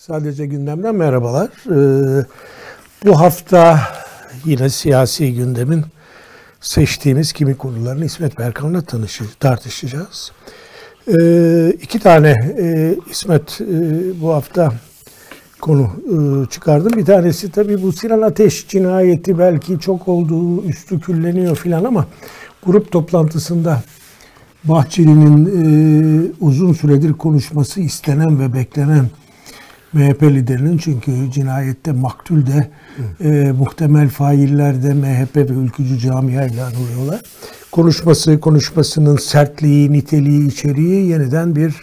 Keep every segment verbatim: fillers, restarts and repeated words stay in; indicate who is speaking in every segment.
Speaker 1: Sadece gündemden merhabalar. Ee, bu hafta yine siyasi gündemin seçtiğimiz kimi konularını İsmet Berkan'la tanışı, tartışacağız. Ee, iki tane e, İsmet e, bu hafta konu e, çıkardım. Bir tanesi tabii bu Sinan Ateş cinayeti, belki çok olduğu üstü külleniyor filan ama grup toplantısında Bahçeli'nin e, uzun süredir konuşması istenen ve beklenen M H P liderinin, çünkü cinayette maktul de e, muhtemel failler de M H P ve ülkücü camiayla anılıyorlar. Konuşması, konuşmasının sertliği, niteliği, içeriği yeniden bir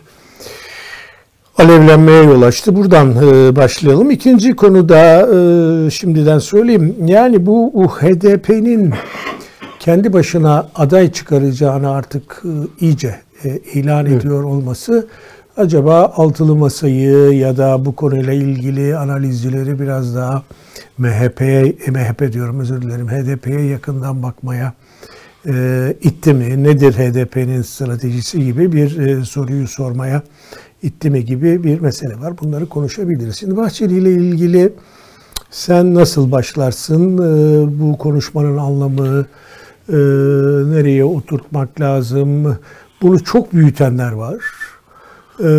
Speaker 1: alevlenmeye yol açtı. Buradan e, başlayalım. İkinci konuda e, şimdiden söyleyeyim. Yani bu H D P'nin kendi başına aday çıkaracağını artık e, iyice e, ilan evet. ediyor olması, acaba altılı masayı ya da bu konuyla ilgili analizcileri biraz daha M H P'ye, M H P diyorum özür dilerim, H D P'ye yakından bakmaya e, itti mi? Nedir H D P'nin stratejisi gibi bir e, soruyu sormaya itti mi gibi bir mesele var. Bunları konuşabiliriz. Şimdi Bahçeli ile ilgili sen nasıl başlarsın? E, bu konuşmanın anlamı, e, nereye oturtmak lazım? Bunu çok büyütenler var. Ee,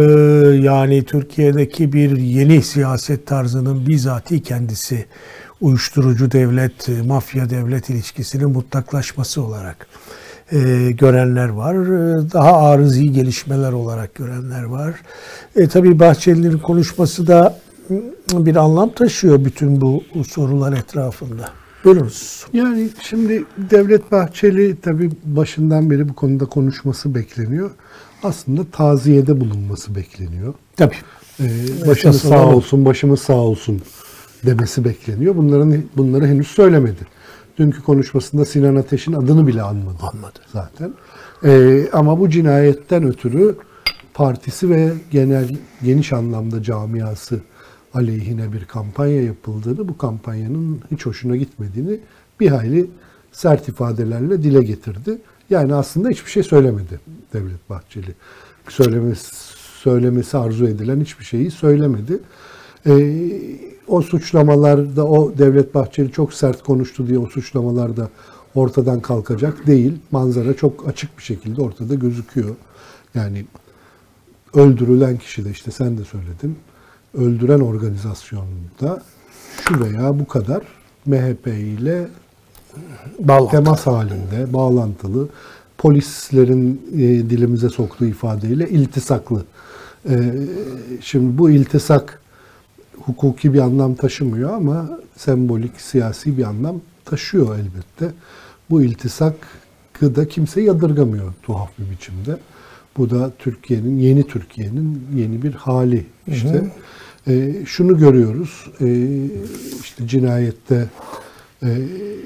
Speaker 1: yani Türkiye'deki bir yeni siyaset tarzının bizatihi kendisi uyuşturucu devlet, mafya devlet ilişkisinin mutlaklaşması olarak e, görenler var. Daha arızi gelişmeler olarak görenler var. E, tabii Bahçeli'nin konuşması da bir anlam taşıyor bütün bu, bu sorular etrafında. Buyurunuz.
Speaker 2: Yani şimdi Devlet Bahçeli tabii başından beri bu konuda konuşması bekleniyor. Aslında taziyede bulunması bekleniyor.
Speaker 1: Tabii.
Speaker 2: Ee, başımız sağ olsun, başımız sağ olsun demesi bekleniyor. Bunların bunları henüz söylemedi. Dünkü konuşmasında Sinan Ateş'in adını bile anmadı.
Speaker 1: Anmadı.
Speaker 2: Zaten. Ee, ama bu cinayetten ötürü partisi ve genel geniş anlamda camiası aleyhine bir kampanya yapıldığını, bu kampanyanın hiç hoşuna gitmediğini bir hayli sert ifadelerle dile getirdi. Yani aslında hiçbir şey söylemedi Devlet Bahçeli. Söylemesi, söylemesi arzu edilen hiçbir şeyi söylemedi. Ee, o suçlamalarda, o Devlet Bahçeli çok sert konuştu diye o suçlamalar da ortadan kalkacak değil. Manzara çok açık bir şekilde ortada gözüküyor. Yani öldürülen kişi de, işte sen de söyledin, öldüren organizasyonda şu veya bu kadar M H P ile bağlantılı, temas halinde, bağlantılı, polislerin e, dilimize soktuğu ifadeyle iltisaklı. E, şimdi bu iltisak hukuki bir anlam taşımıyor ama sembolik, siyasi bir anlam taşıyor elbette. Bu iltisakı da kimse yadırgamıyor tuhaf bir biçimde. Bu da Türkiye'nin, yeni Türkiye'nin yeni bir hali işte. Hı hı. E, şunu görüyoruz, e, işte cinayette e,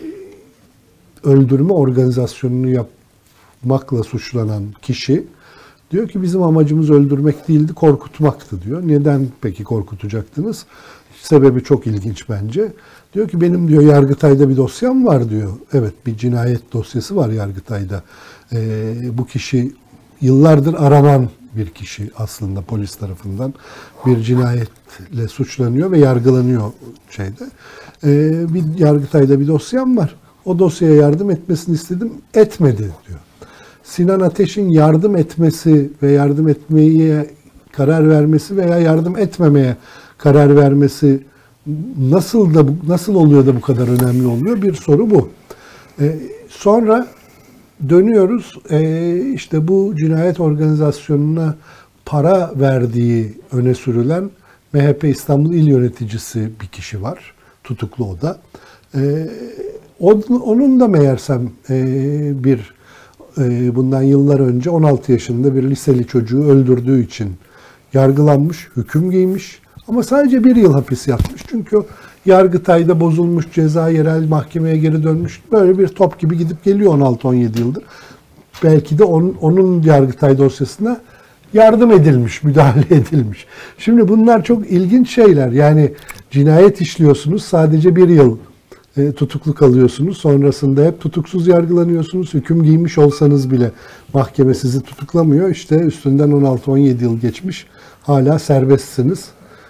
Speaker 2: öldürme organizasyonunu yapmakla suçlanan kişi diyor ki bizim amacımız öldürmek değildi, korkutmaktı diyor. Neden peki korkutacaktınız? Sebebi çok ilginç bence. Diyor ki benim diyor Yargıtay'da bir dosyam var diyor. Evet, bir cinayet dosyası var Yargıtay'da. Ee, bu kişi yıllardır aranan bir kişi aslında polis tarafından bir cinayetle suçlanıyor ve yargılanıyor şeyde. Ee, bir Yargıtay'da bir dosyam var. O dosyaya yardım etmesini istedim, etmedi diyor. Sinan Ateş'in yardım etmesi ve yardım etmeye karar vermesi veya yardım etmemeye karar vermesi nasıl da nasıl oluyor da bu kadar önemli oluyor? Bir soru bu. Ee, sonra dönüyoruz, ee, işte bu cinayet organizasyonuna para verdiği öne sürülen M H P İstanbul İl Yöneticisi bir kişi var. Tutuklu o da. Ee, onun da meğersem ee, bir ee, bundan yıllar önce on altı yaşında bir liseli çocuğu öldürdüğü için yargılanmış, hüküm giymiş ama sadece bir yıl hapis yatmış. Çünkü o Yargıtay'da bozulmuş, ceza yerel mahkemeye geri dönmüş. Böyle bir top gibi gidip geliyor on altı on yedi yıldır. Belki de onun, onun Yargıtay dosyasına yardım edilmiş, müdahale edilmiş. Şimdi bunlar çok ilginç şeyler. Yani cinayet işliyorsunuz, sadece bir yıl e, tutuklu kalıyorsunuz. Sonrasında hep tutuksuz yargılanıyorsunuz. Hüküm giymiş olsanız bile mahkeme sizi tutuklamıyor. İşte üstünden on altı on yedi yıl geçmiş. Hala serbestsiniz.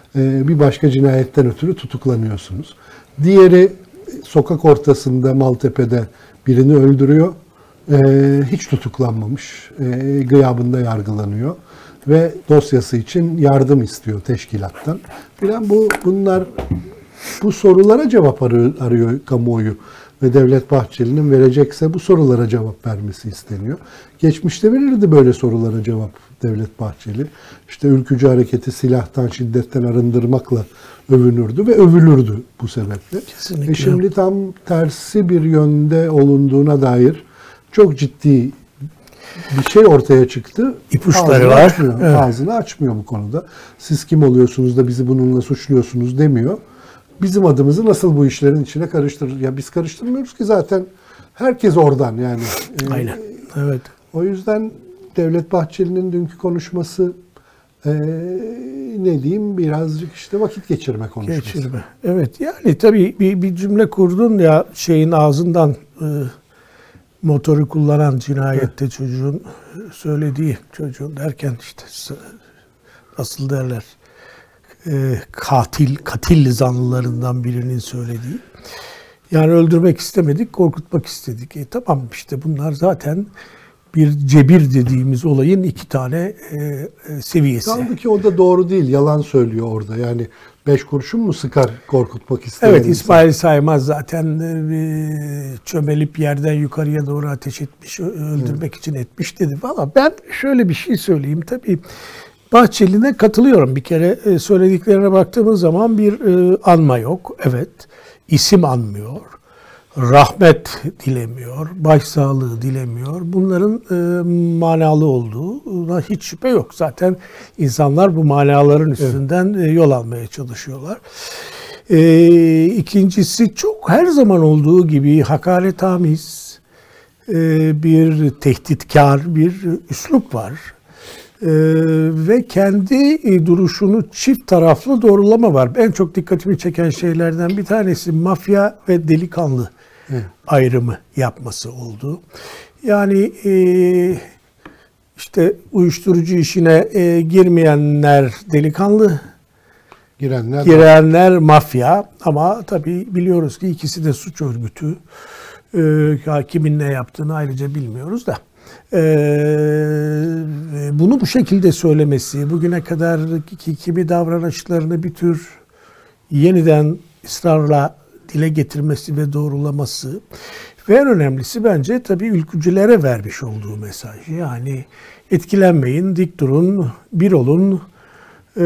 Speaker 2: e, bir başka cinayetten ötürü tutuklanıyorsunuz. Diğeri sokak ortasında Maltepe'de birini öldürüyor. E, hiç tutuklanmamış. E, gıyabında yargılanıyor ve dosyası için yardım istiyor teşkilattan. Falan bu bunlar bu sorulara cevap arıyor, arıyor kamuoyu ve Devlet Bahçeli'nin verecekse bu sorulara cevap vermesi isteniyor. Geçmişte verirdi böyle sorulara cevap Devlet Bahçeli. İşte ülkücü hareketi silahtan, şiddetten arındırmakla övünürdü ve övülürdü bu sebeple.
Speaker 1: Kesinlikle.
Speaker 2: E şimdi tam tersi bir yönde olunduğuna dair çok ciddi bir şey ortaya çıktı.
Speaker 1: İpuçları
Speaker 2: Ağzını
Speaker 1: var.
Speaker 2: Açmıyor.
Speaker 1: Evet.
Speaker 2: Ağzını açmıyor bu konuda. Siz kim oluyorsunuz da bizi bununla suçluyorsunuz demiyor. Bizim adımızı nasıl bu işlerin içine karıştırır? Ya biz karıştırmıyoruz ki zaten. Herkes oradan yani. Ee,
Speaker 1: Aynen. Evet.
Speaker 2: O yüzden Devlet Bahçeli'nin dünkü konuşması ee, ne diyeyim birazcık işte vakit geçirme konuşması.
Speaker 1: Geçirme. Evet yani tabii bir, bir cümle kurdun ya şeyin ağzından e, motoru kullanan cinayette evet. çocuğun söylediği çocuğun derken işte nasıl derler e, katil katil zanlılarından birinin söylediği. Yani öldürmek istemedik, korkutmak istedik. E, tamam işte bunlar zaten bir cebir dediğimiz olayın iki tane e, e, seviyesi.
Speaker 2: Kaldı ki o da doğru değil. Yalan söylüyor orada. Yani beş kurşun mu sıkar korkutmak isteyen
Speaker 1: Evet,
Speaker 2: insan?
Speaker 1: İsmail Saymaz zaten e, çömelip yerden yukarıya doğru ateş etmiş, öldürmek hmm. için etmiş dedi. Valla ben şöyle bir şey söyleyeyim. Tabii Bahçeli'ne katılıyorum. Bir kere e, söylediklerine baktığımız zaman bir e, anma yok. Evet, isim anmıyor. Rahmet dilemiyor, başsağlığı dilemiyor. Bunların e, manalı olduğuna hiç şüphe yok. Zaten insanlar bu manaların üstünden evet. e, yol almaya çalışıyorlar. E, ikincisi çok her zaman olduğu gibi hakaretamiz e, bir tehditkar bir üslup var. E, ve kendi duruşunu çift taraflı doğrulama var. En çok dikkatimi çeken şeylerden bir tanesi mafya ve delikanlı evet. ayrımı yapması oldu. Yani e, işte uyuşturucu işine e, girmeyenler delikanlı,
Speaker 2: girenler,
Speaker 1: girenler mafya. Ama tabii biliyoruz ki ikisi de suç örgütü. E, kimin ne yaptığını ayrıca bilmiyoruz da. Ee, bunu bu şekilde söylemesi, bugüne kadar kimi davranışlarını bir tür yeniden ısrarla dile getirmesi ve doğrulaması ve en önemlisi bence tabii ülkücülere vermiş olduğu mesaj. Yani etkilenmeyin, dik durun, bir olun. Ee,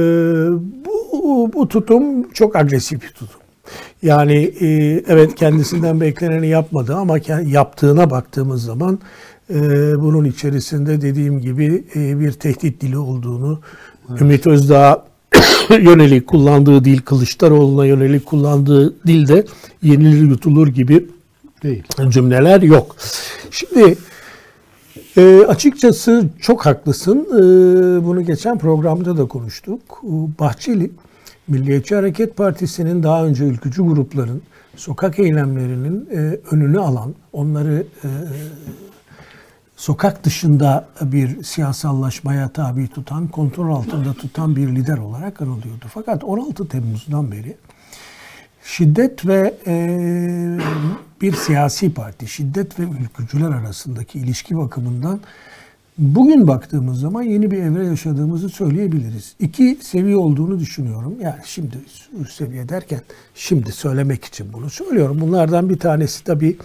Speaker 1: bu, bu tutum çok agresif bir tutum. Yani e, evet kendisinden bekleneni yapmadı ama yaptığına baktığımız zaman Ee, bunun içerisinde dediğim gibi e, bir tehdit dili olduğunu, evet. Ümit Özdağ'a yönelik kullandığı dil, Kılıçdaroğlu'na yönelik kullandığı dilde yenilir yutulur gibi değil. Cümleler yok. Şimdi e, açıkçası çok haklısın. E, bunu geçen programda da konuştuk. Bahçeli, Milliyetçi Hareket Partisi'nin daha önce ülkücü grupların sokak eylemlerinin e, önünü alan, onları e, sokak dışında bir siyasallaşmaya tabi tutan, kontrol altında tutan bir lider olarak anılıyordu. Fakat on altı Temmuz'dan beri şiddet ve e, bir siyasi parti, şiddet ve ülkücüler arasındaki ilişki bakımından bugün baktığımız zaman yeni bir evre yaşadığımızı söyleyebiliriz. İki seviye olduğunu düşünüyorum. Yani şimdi seviye derken şimdi söylemek için bunu söylüyorum. Bunlardan bir tanesi tabii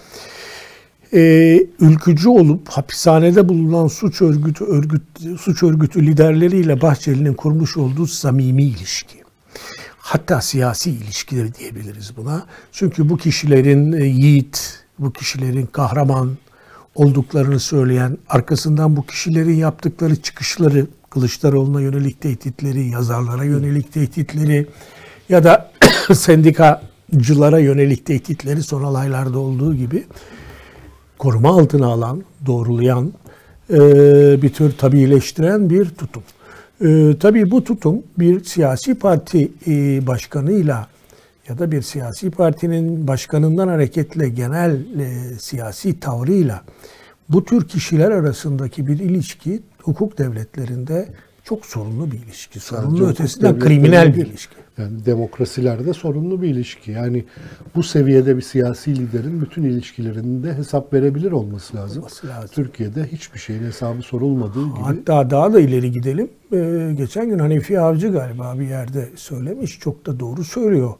Speaker 1: Ee, ülkücü olup hapishanede bulunan suç örgütü, örgüt, suç örgütü liderleriyle Bahçeli'nin kurmuş olduğu samimi ilişki. Hatta siyasi ilişkileri diyebiliriz buna. Çünkü bu kişilerin e, yiğit, bu kişilerin kahraman olduklarını söyleyen, arkasından bu kişilerin yaptıkları çıkışları, Kılıçdaroğlu'na yönelik tehditleri, yazarlara yönelik tehditleri ya da sendikacılara yönelik tehditleri son olaylarda olduğu gibi koruma altına alan, doğrulayan, e, bir tür tabiileştiren bir tutum. E, tabii bu tutum bir siyasi parti e, başkanıyla ya da bir siyasi partinin başkanından hareketle genel e, siyasi tavrıyla bu tür kişiler arasındaki bir ilişki hukuk devletlerinde çok sorunlu bir ilişki.
Speaker 2: Sadece
Speaker 1: Sorunlu
Speaker 2: hukuk
Speaker 1: ötesinden
Speaker 2: devletleri
Speaker 1: kriminal bir
Speaker 2: değil.
Speaker 1: ilişki.
Speaker 2: Yani demokrasilerde sorunlu bir ilişki. Yani bu seviyede bir siyasi liderin bütün ilişkilerinde hesap verebilir olması lazım.
Speaker 1: Olması lazım.
Speaker 2: Türkiye'de hiçbir şeyin hesabı sorulmadığı gibi.
Speaker 1: Hatta daha da ileri gidelim. Ee, geçen gün Hanefi Avcı galiba bir yerde söylemiş. Çok da doğru söylüyor.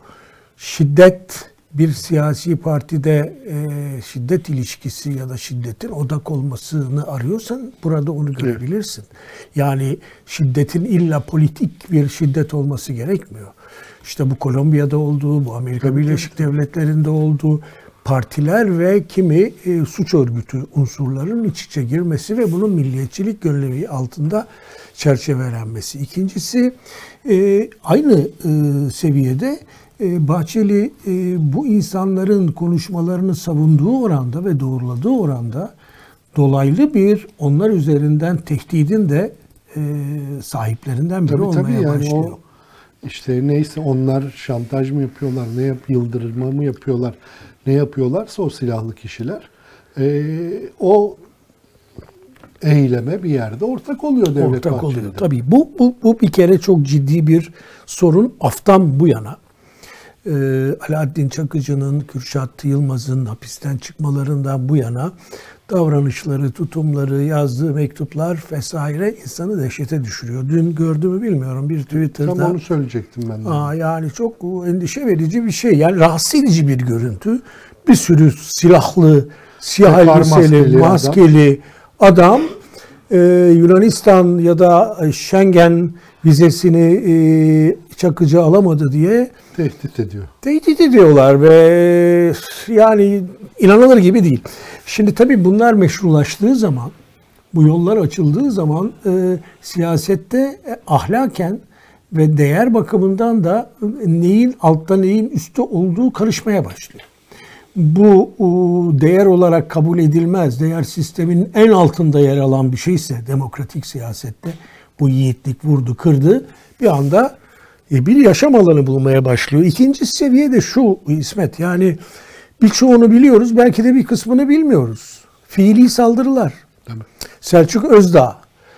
Speaker 1: Şiddet bir siyasi partide e, şiddet ilişkisi ya da şiddetin odak olmasını arıyorsan burada onu görebilirsin. Yani şiddetin illa politik bir şiddet olması gerekmiyor. İşte bu Kolombiya'da olduğu, bu Amerika
Speaker 2: Tabii,
Speaker 1: Birleşik
Speaker 2: tabii.
Speaker 1: Devletleri'nde olduğu partiler ve kimi e, suç örgütü unsurların iç içe girmesi ve bunun milliyetçilik görevi altında çerçevelenmesi. İkincisi e, aynı e, seviyede e, Bahçeli e, bu insanların konuşmalarını savunduğu oranda ve doğruladığı oranda dolaylı bir onlar üzerinden tehdidin de e, sahiplerinden biri
Speaker 2: Tabii
Speaker 1: olmaya
Speaker 2: tabii yani
Speaker 1: başlıyor.
Speaker 2: o işte neyse onlar şantaj mı yapıyorlar, ne yap, yıldırma mı yapıyorlar, ne yapıyorlarsa o silahlı kişiler e, o eyleme bir yerde ortak oluyor Devlet
Speaker 1: Ortak
Speaker 2: Bahçeli'de.
Speaker 1: oluyor. Tabii bu, bu, bu bir kere çok ciddi bir sorun. Aftan bu yana e, Alaaddin Çakıcı'nın, Kürşat Yılmaz'ın hapisten çıkmalarından bu yana davranışları, tutumları, yazdığı mektuplar vesaire insanı dehşete düşürüyor. Dün gördüğümü bilmiyorum bir Twitter'da.
Speaker 2: Tam onu söyleyecektim ben de.
Speaker 1: Aa, yani çok endişe verici bir şey. Yani rahatsız edici bir görüntü. Bir sürü silahlı, siyah
Speaker 2: Tekrar
Speaker 1: elbiseli,
Speaker 2: maskeli
Speaker 1: maskeli adam, e, Yunanistan ya da Schengen vizesini e, Çakıcı alamadı diye
Speaker 2: Tehdit ediyor.
Speaker 1: tehdit ediyorlar ve yani inanılır gibi değil. Şimdi tabii bunlar meşrulaştığı zaman, bu yollar açıldığı zaman e, siyasette e, ahlaken ve değer bakımından da neyin altta neyin üstte olduğu karışmaya başlıyor. Bu o, değer olarak kabul edilmez. Değer sistemin en altında yer alan bir şeyse demokratik siyasette bu yiğitlik vurdu, kırdı. Bir anda e, bir yaşam alanı bulmaya başlıyor. İkinci seviye de şu İsmet, yani birçoğunu biliyoruz, belki de bir kısmını bilmiyoruz. Fiili saldırılar.
Speaker 2: Tabii.
Speaker 1: Selçuk Özdağ,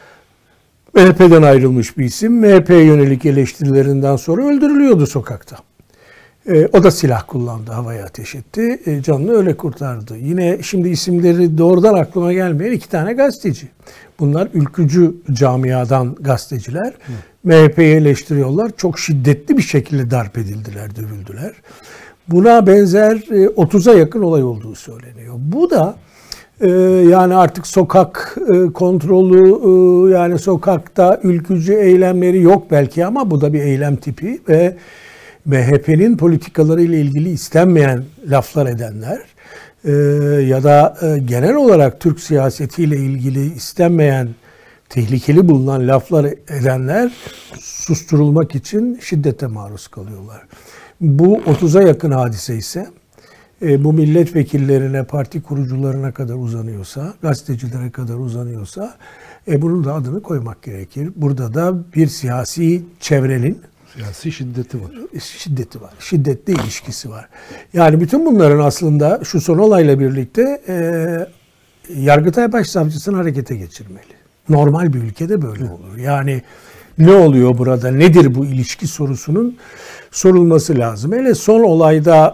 Speaker 1: M H P'den ayrılmış bir isim. M H P'ye yönelik eleştirilerinden sonra öldürülüyordu sokakta. E, o da silah kullandı, havaya ateş etti. E, canını öyle kurtardı. Yine şimdi isimleri doğrudan aklıma gelmeyen iki tane gazeteci. Bunlar ülkücü camiadan gazeteciler. Hı. M H P'yi eleştiriyorlar. Çok şiddetli bir şekilde darp edildiler, dövüldüler. Buna benzer e, otuza yakın olay olduğu söyleniyor. Bu da e, yani artık sokak e, kontrolü, e, yani sokakta ülkücü eylemleri yok belki ama bu da bir eylem tipi ve M H P'nin politikaları ile ilgili istenmeyen laflar edenler e, ya da e, genel olarak Türk siyasetiyle ilgili istenmeyen, tehlikeli bulunan laflar edenler susturulmak için şiddete maruz kalıyorlar. Bu otuza yakın hadise ise e, bu milletvekillerine, parti kurucularına kadar uzanıyorsa, gazetecilere kadar uzanıyorsa e, bunun da adını koymak gerekir. Burada da bir siyasi çevrenin
Speaker 2: Siyasi şiddeti var.
Speaker 1: şiddeti var. Şiddetli ilişkisi var. Yani bütün bunların aslında şu son olayla birlikte e, Yargıtay Başsavcısını harekete geçirmeli. Normal bir ülkede böyle olur. Yani ne oluyor burada? Nedir bu ilişki sorusunun sorulması lazım. Hele son olayda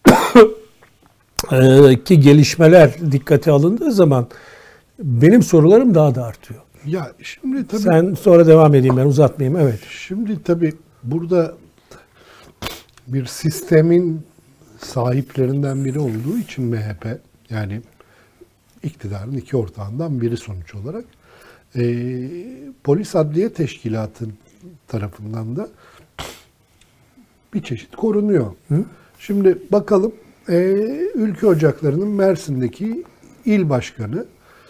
Speaker 1: ki gelişmeler dikkate alındığı zaman benim sorularım daha da artıyor.
Speaker 2: Ya şimdi tabii
Speaker 1: Sen sonra devam edeyim, ben uzatmayayım. Evet.
Speaker 2: Şimdi tabii burada bir sistemin sahiplerinden biri olduğu için M H P, yani iktidarın iki ortağından biri sonuç olarak e, Polis Adliye Teşkilatı tarafından da bir çeşit korunuyor.
Speaker 1: Hı?
Speaker 2: Şimdi bakalım e, Ülke Ocakları'nın Mersin'deki il başkanı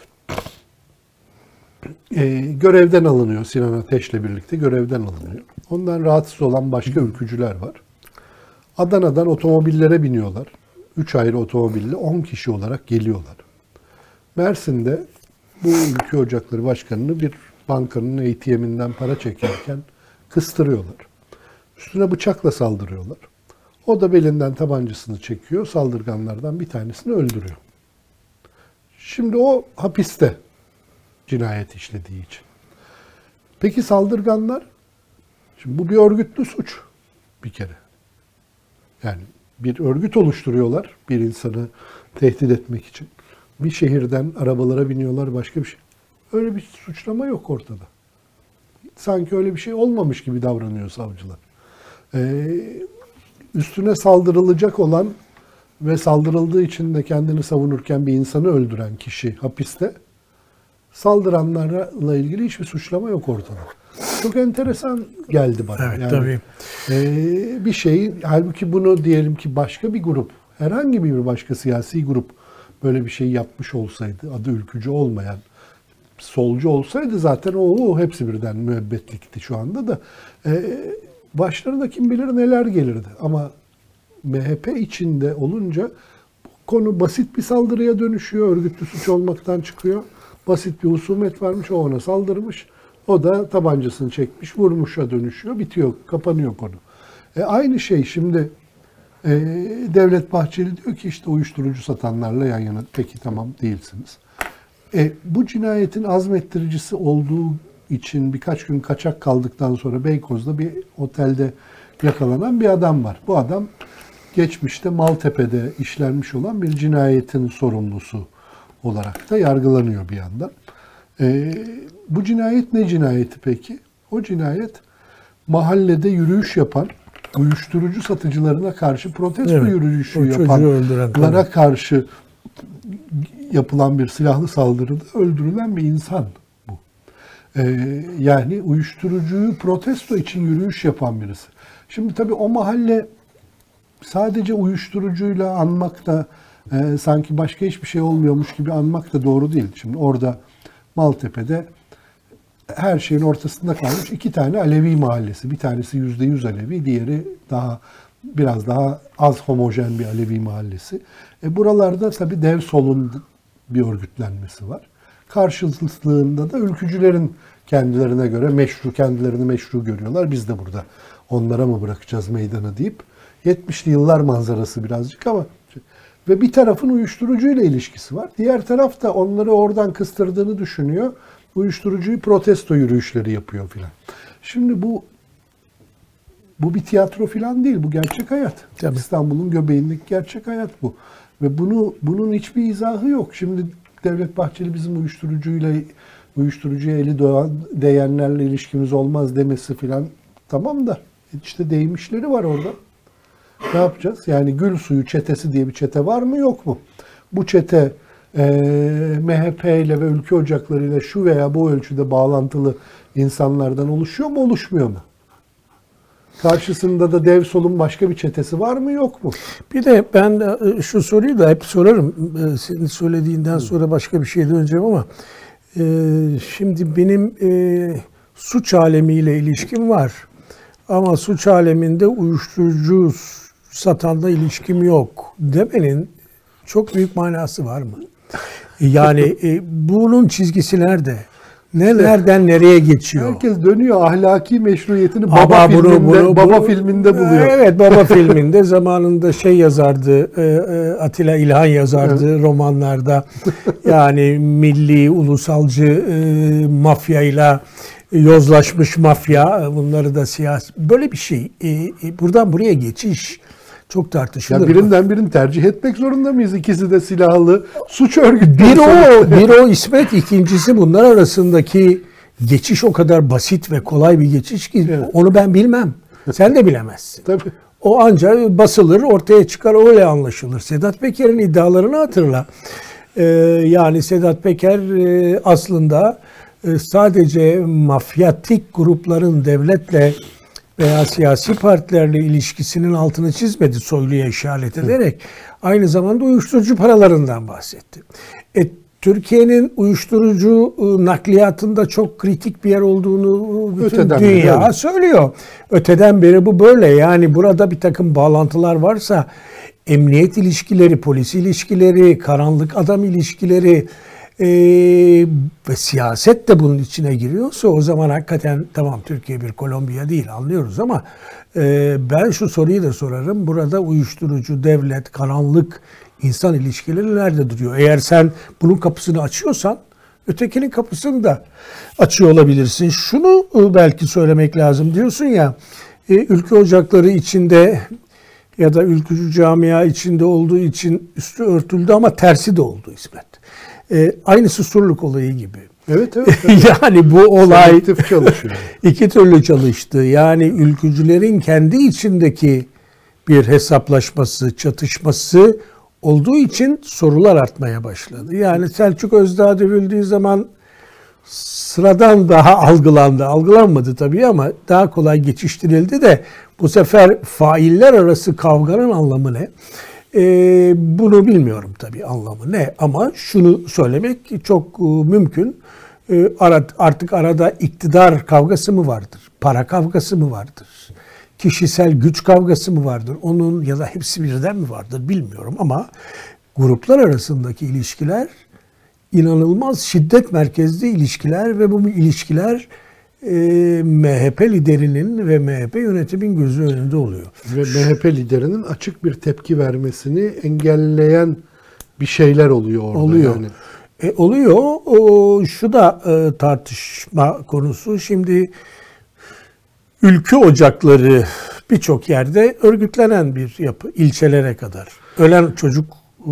Speaker 2: E, görevden alınıyor. Sinan Ateş'le birlikte görevden alınıyor. Ondan rahatsız olan başka ülkücüler var. Adana'dan otomobillere biniyorlar. Üç ayrı otomobille on kişi olarak geliyorlar. Mersin'de bu Ülke Ocakları Başkanı'nı bir bankanın A T M'inden para çekerken kıstırıyorlar. Üstüne bıçakla saldırıyorlar. O da belinden tabancasını çekiyor. Saldırganlardan bir tanesini öldürüyor. Şimdi o hapiste, cinayet işlediği için. Peki saldırganlar? Şimdi bu bir örgütlü suç bir kere. Yani bir örgüt oluşturuyorlar bir insanı tehdit etmek için. Bir şehirden arabalara biniyorlar, başka bir şey. Öyle bir suçlama yok ortada. Sanki öyle bir şey olmamış gibi davranıyor savcılar. Ee, üstüne saldırılacak olan ve saldırıldığı için de kendini savunurken bir insanı öldüren kişi hapiste. Saldıranlarla ilgili hiçbir suçlama yok ortada. Çok enteresan geldi bana.
Speaker 1: Evet,
Speaker 2: yani,
Speaker 1: tabii.
Speaker 2: E, bir şey, halbuki bunu diyelim ki başka bir grup, herhangi bir başka siyasi grup böyle bir şey yapmış olsaydı, adı ülkücü olmayan, solcu olsaydı zaten o hepsi birden müebbetlikti şu anda da. E, başlarına kim bilir neler gelirdi. Ama M H P içinde olunca konu basit bir saldırıya dönüşüyor, örgütlü suç olmaktan çıkıyor. Basit bir husumet varmış, o ona saldırmış. O da tabancasını çekmiş, vurmuşa dönüşüyor, bitiyor, kapanıyor konu. E aynı şey şimdi e, Devlet Bahçeli diyor ki işte uyuşturucu satanlarla yan yana, peki tamam değilsiniz. E, bu cinayetin azmettiricisi olduğu için birkaç gün kaçak kaldıktan sonra Beykoz'da bir otelde yakalanan bir adam var. Bu adam geçmişte Maltepe'de işlenmiş olan bir cinayetin sorumlusu olarak da yargılanıyor bir yandan. Ee, bu cinayet ne cinayeti peki? O cinayet mahallede yürüyüş yapan, uyuşturucu satıcılarına karşı protesto
Speaker 1: evet,
Speaker 2: yürüyüşü yapanlara karşı yapılan bir silahlı saldırıda öldürülen bir insan bu. Ee, yani uyuşturucuyu protesto için yürüyüş yapan birisi. Şimdi tabii o mahalle sadece uyuşturucuyla anmak da e, sanki başka hiçbir şey olmuyormuş gibi anmak da doğru değil. Şimdi orada Maltepe'de her şeyin ortasında kalmış iki tane Alevi mahallesi. Bir tanesi yüzde yüz Alevi, diğeri daha biraz daha az homojen bir Alevi mahallesi. E buralarda tabii Dev Sol'un bir örgütlenmesi var. Karşılığında da ülkücülerin kendilerine göre meşru, kendilerini meşru görüyorlar. Biz de burada onlara mı bırakacağız meydanı deyip yetmişli yıllar manzarası birazcık ama ve bir tarafın uyuşturucuyla ilişkisi var. Diğer taraf da onları oradan kıstırdığını düşünüyor. Uyuşturucuyu protesto yürüyüşleri yapıyor filan. Şimdi bu bu bir tiyatro filan değil. Bu gerçek hayat. Tabii. İstanbul'un göbeğindeki gerçek hayat bu. Ve bunu bunun hiçbir izahı yok. Şimdi Devlet Bahçeli bizim uyuşturucuyla uyuşturucuya eli değenlerle ilişkimiz olmaz demesi filan tamam da işte değmişleri var orada. Ne yapacağız? Yani Gül Suyu çetesi diye bir çete var mı yok mu? Bu çete e, M H P ile ve ülke ocaklarıyla şu veya bu ölçüde bağlantılı insanlardan oluşuyor mu, oluşmuyor mu? Karşısında da Dev Sol'un başka bir çetesi var mı yok mu?
Speaker 1: Bir de ben şu soruyu da hep sorarım. Senin söylediğinden sonra başka bir şeye döneceğim ama şimdi benim suç alemiyle ilişkim var. Ama suç aleminde uyuşturucu satanla ilişkim yok demenin çok büyük manası var mı? Yani e, bunun çizgisi nerede? Ne nereden nereye geçiyor?
Speaker 2: Herkes dönüyor ahlaki meşruiyetini Baba
Speaker 1: Ama
Speaker 2: filminde
Speaker 1: bunu, bunu,
Speaker 2: Baba
Speaker 1: bunu,
Speaker 2: filminde buluyor.
Speaker 1: Evet, Baba filminde zamanında şey yazardı, Atilla İlhan yazardı evet. romanlarda. Yani milli, ulusalcı mafyayla yozlaşmış mafya, bunları da siyasi böyle bir şey. Buradan buraya geçiş çok tartışılır.
Speaker 2: Ya birinden birini tercih etmek zorunda mıyız? İkisi de silahlı suç örgütü.
Speaker 1: Bir o, bir o İsmet, ikincisi bunlar arasındaki geçiş o kadar basit ve kolay bir geçiş ki evet. onu ben bilmem. Sen de bilemezsin.
Speaker 2: Tabii.
Speaker 1: O ancak basılır, ortaya çıkar, öyle anlaşılır. Sedat Peker'in iddialarını hatırla. Ee, yani Sedat Peker e, aslında e, sadece mafyatik grupların devletle veya siyasi partilerle ilişkisinin altını çizmedi, Soylu'ya işaret ederek. Aynı zamanda uyuşturucu paralarından bahsetti. E, Türkiye'nin uyuşturucu nakliyatında çok kritik bir yer olduğunu bütün öteden dünya beri söylüyor. Öteden beri bu böyle. Yani burada bir takım bağlantılar varsa emniyet ilişkileri, polis ilişkileri, karanlık adam ilişkileri e, ve siyaset de bunun içine giriyorsa o zaman hakikaten tamam Türkiye bir Kolombiya değil anlıyoruz ama e, ben şu soruyu da sorarım. Burada uyuşturucu, devlet, karanlık insan ilişkileri nerede duruyor? Eğer sen bunun kapısını açıyorsan ötekinin kapısını da açıyor olabilirsin. Şunu belki söylemek lazım, diyorsun ya, ülke ocakları içinde ya da ülkücü camia içinde olduğu için üstü örtüldü ama tersi de oldu İsmet. E, aynısı Surluk olayı gibi.
Speaker 2: Evet, evet. evet.
Speaker 1: Yani bu olay
Speaker 2: selektif çalışıyor.
Speaker 1: iki türlü çalıştı. Yani ülkücülerin kendi içindeki bir hesaplaşması, çatışması olduğu için sorular artmaya başladı. Yani Selçuk Özdağ dövüldüğü zaman sıradan daha algılandı. Algılanmadı tabii ama daha kolay geçiştirildi de bu sefer failler arası kavganın anlamı ne? Ee, bunu bilmiyorum tabii anlamı ne, ama şunu söylemek çok mümkün. Ee, artık arada iktidar kavgası mı vardır? Para kavgası mı vardır? Kişisel güç kavgası mı vardır? Onun ya da hepsi birden mi vardır bilmiyorum ama gruplar arasındaki ilişkiler inanılmaz şiddet merkezli ilişkiler ve bu ilişkiler e, M H P liderinin ve M H P yönetimin gözü önünde oluyor.
Speaker 2: Ve M H P liderinin açık bir tepki vermesini engelleyen bir şeyler oluyor orada.
Speaker 1: Oluyor.
Speaker 2: Yani.
Speaker 1: E, oluyor. O, şu da e, tartışma konusu. Şimdi ülke ocakları birçok yerde örgütlenen bir yapı, ilçelere kadar. Ölen çocuk e,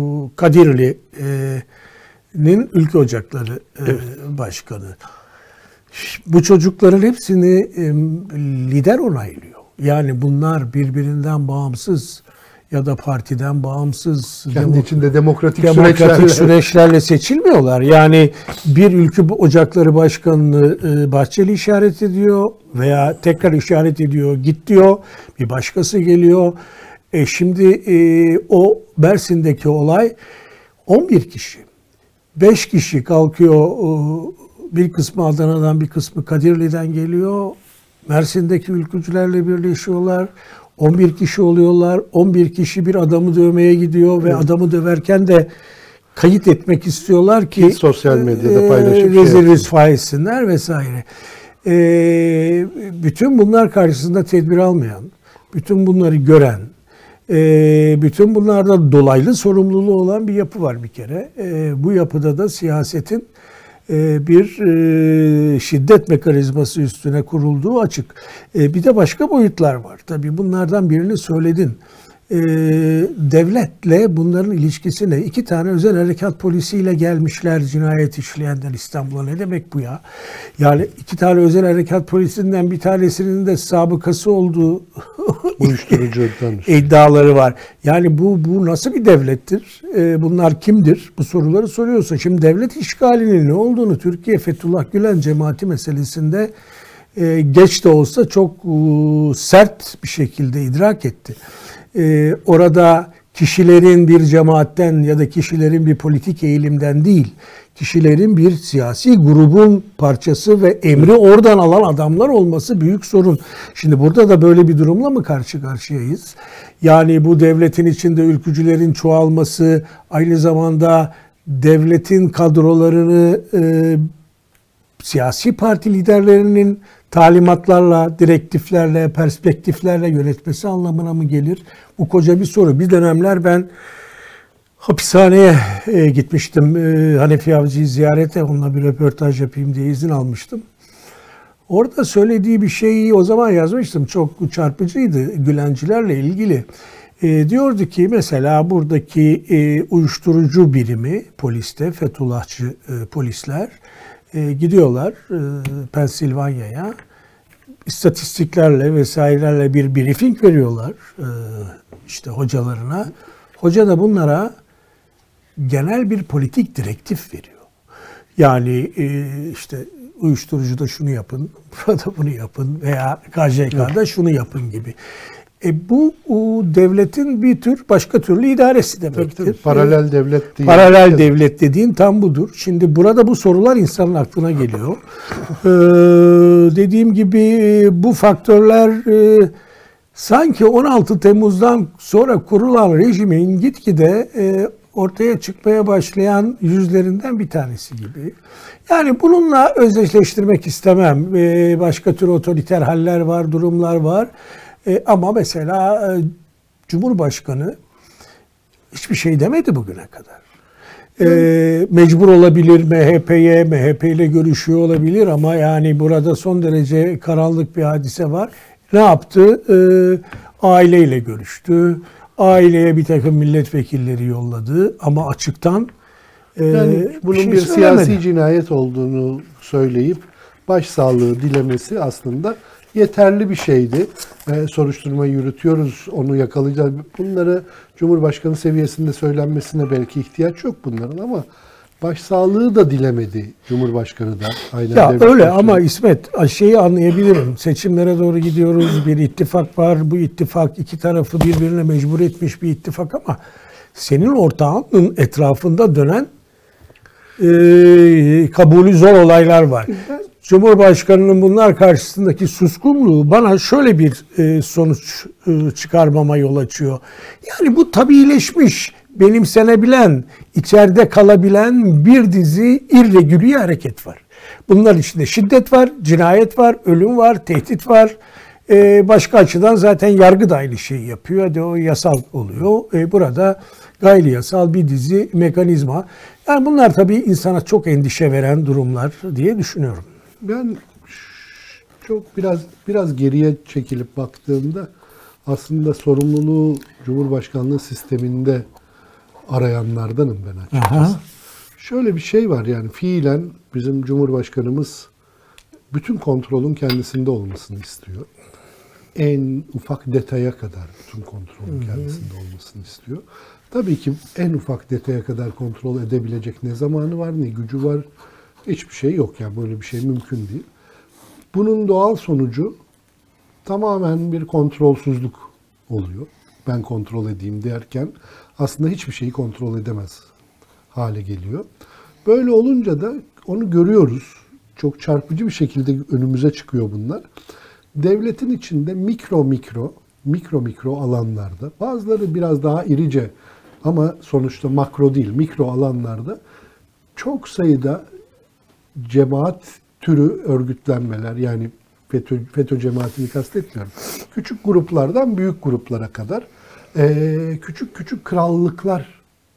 Speaker 1: Kadirli'nin ülke ocakları e, evet. başkanı. Bu çocukların hepsini e, lider onaylıyor. Yani bunlar birbirinden bağımsız ya da partiden bağımsız,
Speaker 2: kendi demok- içinde demokratik,
Speaker 1: demokratik
Speaker 2: süreçlerle.
Speaker 1: süreçlerle seçilmiyorlar. Yani bir ülke ocakları başkanını e, Bahçeli işaret ediyor veya tekrar işaret ediyor, git diyor, bir başkası geliyor. E şimdi e, o Mersin'deki olay on bir kişi, beş kişi kalkıyor, e, bir kısmı Adana'dan, bir kısmı Kadirli'den geliyor. Mersin'deki ülkücülerle birleşiyorlar. on bir kişi oluyorlar. on bir kişi bir adamı dövmeye gidiyor ve evet. adamı döverken de kayıt etmek istiyorlar ki
Speaker 2: sosyal medyada paylaşıp
Speaker 1: e, rezil rüsva etsinler vesaire. E, bütün bunlar karşısında tedbir almayan, bütün bunları gören, e, bütün bunlarda dolaylı sorumluluğu olan bir yapı var bir kere. E, bu yapıda da siyasetin bir şiddet mekanizması üstüne kurulduğu açık. Bir de başka boyutlar var. Tabii bunlardan birini söyledin. Devletle bunların ilişkisi ne? İki tane özel harekat polisiyle gelmişler cinayet işleyenler İstanbul'a. Ne demek bu ya? Yani iki tane özel harekat polisinden bir tanesinin de sabıkası olduğu
Speaker 2: uyuşturucudan
Speaker 1: iddiaları var. Yani bu bu nasıl bir devlettir? Bunlar kimdir? Bu soruları soruyorsun. Şimdi devlet işgalinin ne olduğunu Türkiye Fethullah Gülen cemaati meselesinde geç de olsa çok sert bir şekilde idrak etti. Ee, orada kişilerin bir cemaatten ya da kişilerin bir politik eğilimden değil, kişilerin bir siyasi grubun parçası ve emri oradan alan adamlar olması büyük sorun. Şimdi burada da böyle bir durumla mı karşı karşıyayız? Yani bu devletin içinde ülkücülerin çoğalması, aynı zamanda devletin kadrolarını e, siyasi parti liderlerinin talimatlarla, direktiflerle, perspektiflerle yönetmesi anlamına mı gelir? Bu koca bir soru. Bir dönemler ben hapishaneye e, gitmiştim. E, Hanefi Avcı'yı ziyarete, onunla bir röportaj yapayım diye izin almıştım. Orada söylediği bir şeyi o zaman yazmıştım. Çok çarpıcıydı Gülencilerle ilgili. E, diyordu ki mesela buradaki e, uyuşturucu birimi, poliste, Fethullahçı e, polisler, E, gidiyorlar e, Pensilvanya'ya, istatistiklerle vesairelerle bir briefing veriyorlar e, işte hocalarına. Hoca da bunlara genel bir politik direktif veriyor. Yani e, işte uyuşturucuda şunu yapın, burada bunu yapın veya K J K'da şunu yapın gibi. E bu o, devletin bir tür başka türlü idaresi demektir.
Speaker 2: Tabii, tabii. Paralel devlet değil.
Speaker 1: Paralel yani. Devlet dediğin tam budur. Şimdi burada bu sorular insanın aklına geliyor. ee, dediğim gibi bu faktörler e, sanki on altı Temmuz'dan sonra kurulan rejimin gitgide e, ortaya çıkmaya başlayan yüzlerinden bir tanesi gibi. Yani bununla özdeşleştirmek istemem. Ee, başka tür otoriter haller var, durumlar var. E, ama mesela e, Cumhurbaşkanı hiçbir şey demedi bugüne kadar. Ee, mecbur olabilir M H P'ye, M H P ile görüşüyor olabilir ama yani burada son derece karanlık bir hadise var. Ne yaptı? Ee, aileyle görüştü. Aileye bir takım milletvekilleri yolladı ama açıktan e,
Speaker 2: Yani bunun
Speaker 1: şey
Speaker 2: bir
Speaker 1: söylemedi.
Speaker 2: siyasi cinayet olduğunu söyleyip başsağlığı dilemesi aslında yeterli bir şeydi. Ee, soruşturmayı yürütüyoruz, onu yakalayacağız. Bunları Cumhurbaşkanı seviyesinde söylenmesine belki ihtiyaç yok bunların ama başsağlığı da dilemedi Cumhurbaşkanı da. Aynen
Speaker 1: Ya
Speaker 2: devlet
Speaker 1: öyle
Speaker 2: başkanı.
Speaker 1: ama İsmet şeyi anlayabilirim. Seçimlere doğru gidiyoruz. Bir ittifak var. Bu ittifak iki tarafı birbirine mecbur etmiş bir ittifak ama senin ortağının etrafında dönen e, kabulü zor olaylar var. Cumhurbaşkanının bunlar karşısındaki suskunluğu bana şöyle bir e, sonuç e, çıkarmama yol açıyor. Yani bu tabiileşmiş, benimsenebilen, içeride kalabilen bir dizi irregüli hareket var. Bunlar içinde şiddet var, cinayet var, ölüm var, tehdit var. E, başka açıdan zaten yargı da aynı şeyi yapıyor. Hadi o yasal oluyor. E, burada gayri yasal bir dizi mekanizma. Yani bunlar tabii insana çok endişe veren durumlar diye düşünüyorum.
Speaker 2: Ben çok biraz biraz geriye çekilip baktığımda aslında sorumluluğu Cumhurbaşkanlığı sisteminde arayanlardanım ben açıkçası.
Speaker 1: Aha.
Speaker 2: Şöyle bir şey var yani fiilen bizim Cumhurbaşkanımız bütün kontrolün kendisinde olmasını istiyor. En ufak detaya kadar bütün kontrolün kendisinde olmasını istiyor. Tabii ki en ufak detaya kadar kontrol edebilecek ne zamanı var, ne gücü var. Hiçbir şey yok yani böyle bir şey mümkün değil. Bunun doğal sonucu tamamen bir kontrolsüzlük oluyor. Ben kontrol edeyim derken aslında hiçbir şeyi kontrol edemez hale geliyor. Böyle olunca da onu görüyoruz. Çok çarpıcı bir şekilde önümüze çıkıyor bunlar. Devletin içinde mikro mikro, mikro mikro alanlarda, bazıları biraz daha irice ama sonuçta makro değil, mikro alanlarda çok sayıda cemaat türü örgütlenmeler, yani FETÖ, FETÖ cemaatini kastetmiyorum. Küçük gruplardan büyük gruplara kadar e, küçük küçük krallıklar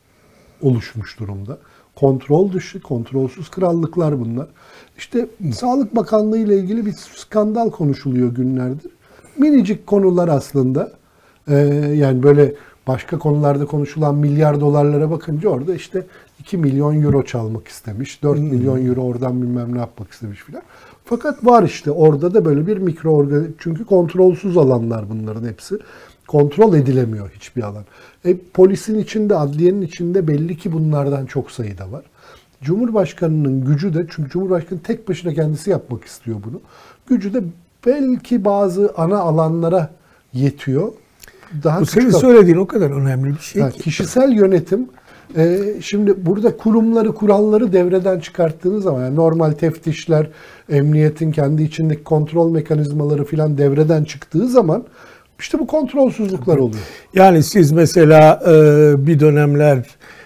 Speaker 2: oluşmuş durumda. Kontrol dışı, kontrolsüz krallıklar bunlar. İşte Sağlık Bakanlığı ile ilgili bir skandal konuşuluyor günlerdir. Minicik konular aslında. E, yani böyle başka konularda konuşulan milyar dolarlara bakınca orada işte iki milyon euro çalmak istemiş. dört milyon euro oradan bilmem ne yapmak istemiş filan. Fakat var işte orada da böyle bir mikro organ, çünkü kontrolsüz alanlar bunların hepsi. Kontrol edilemiyor hiçbir alan. E, polisin içinde, adliyenin içinde belli ki bunlardan çok sayıda var. Cumhurbaşkanının gücü de, çünkü Cumhurbaşkanı tek başına kendisi yapmak istiyor bunu. Gücü de belki bazı ana alanlara yetiyor. Daha
Speaker 1: Bu senin
Speaker 2: küçük-
Speaker 1: söylediğin o kadar önemli bir şey
Speaker 2: Ha,
Speaker 1: ki.
Speaker 2: kişisel yönetim, e, şimdi burada kurumları, kuralları devreden çıkarttığınız zaman, yani normal teftişler, emniyetin kendi içindeki kontrol mekanizmaları filan devreden çıktığı zaman işte bu kontrolsüzlükler oluyor.
Speaker 1: Yani siz mesela e, bir dönemler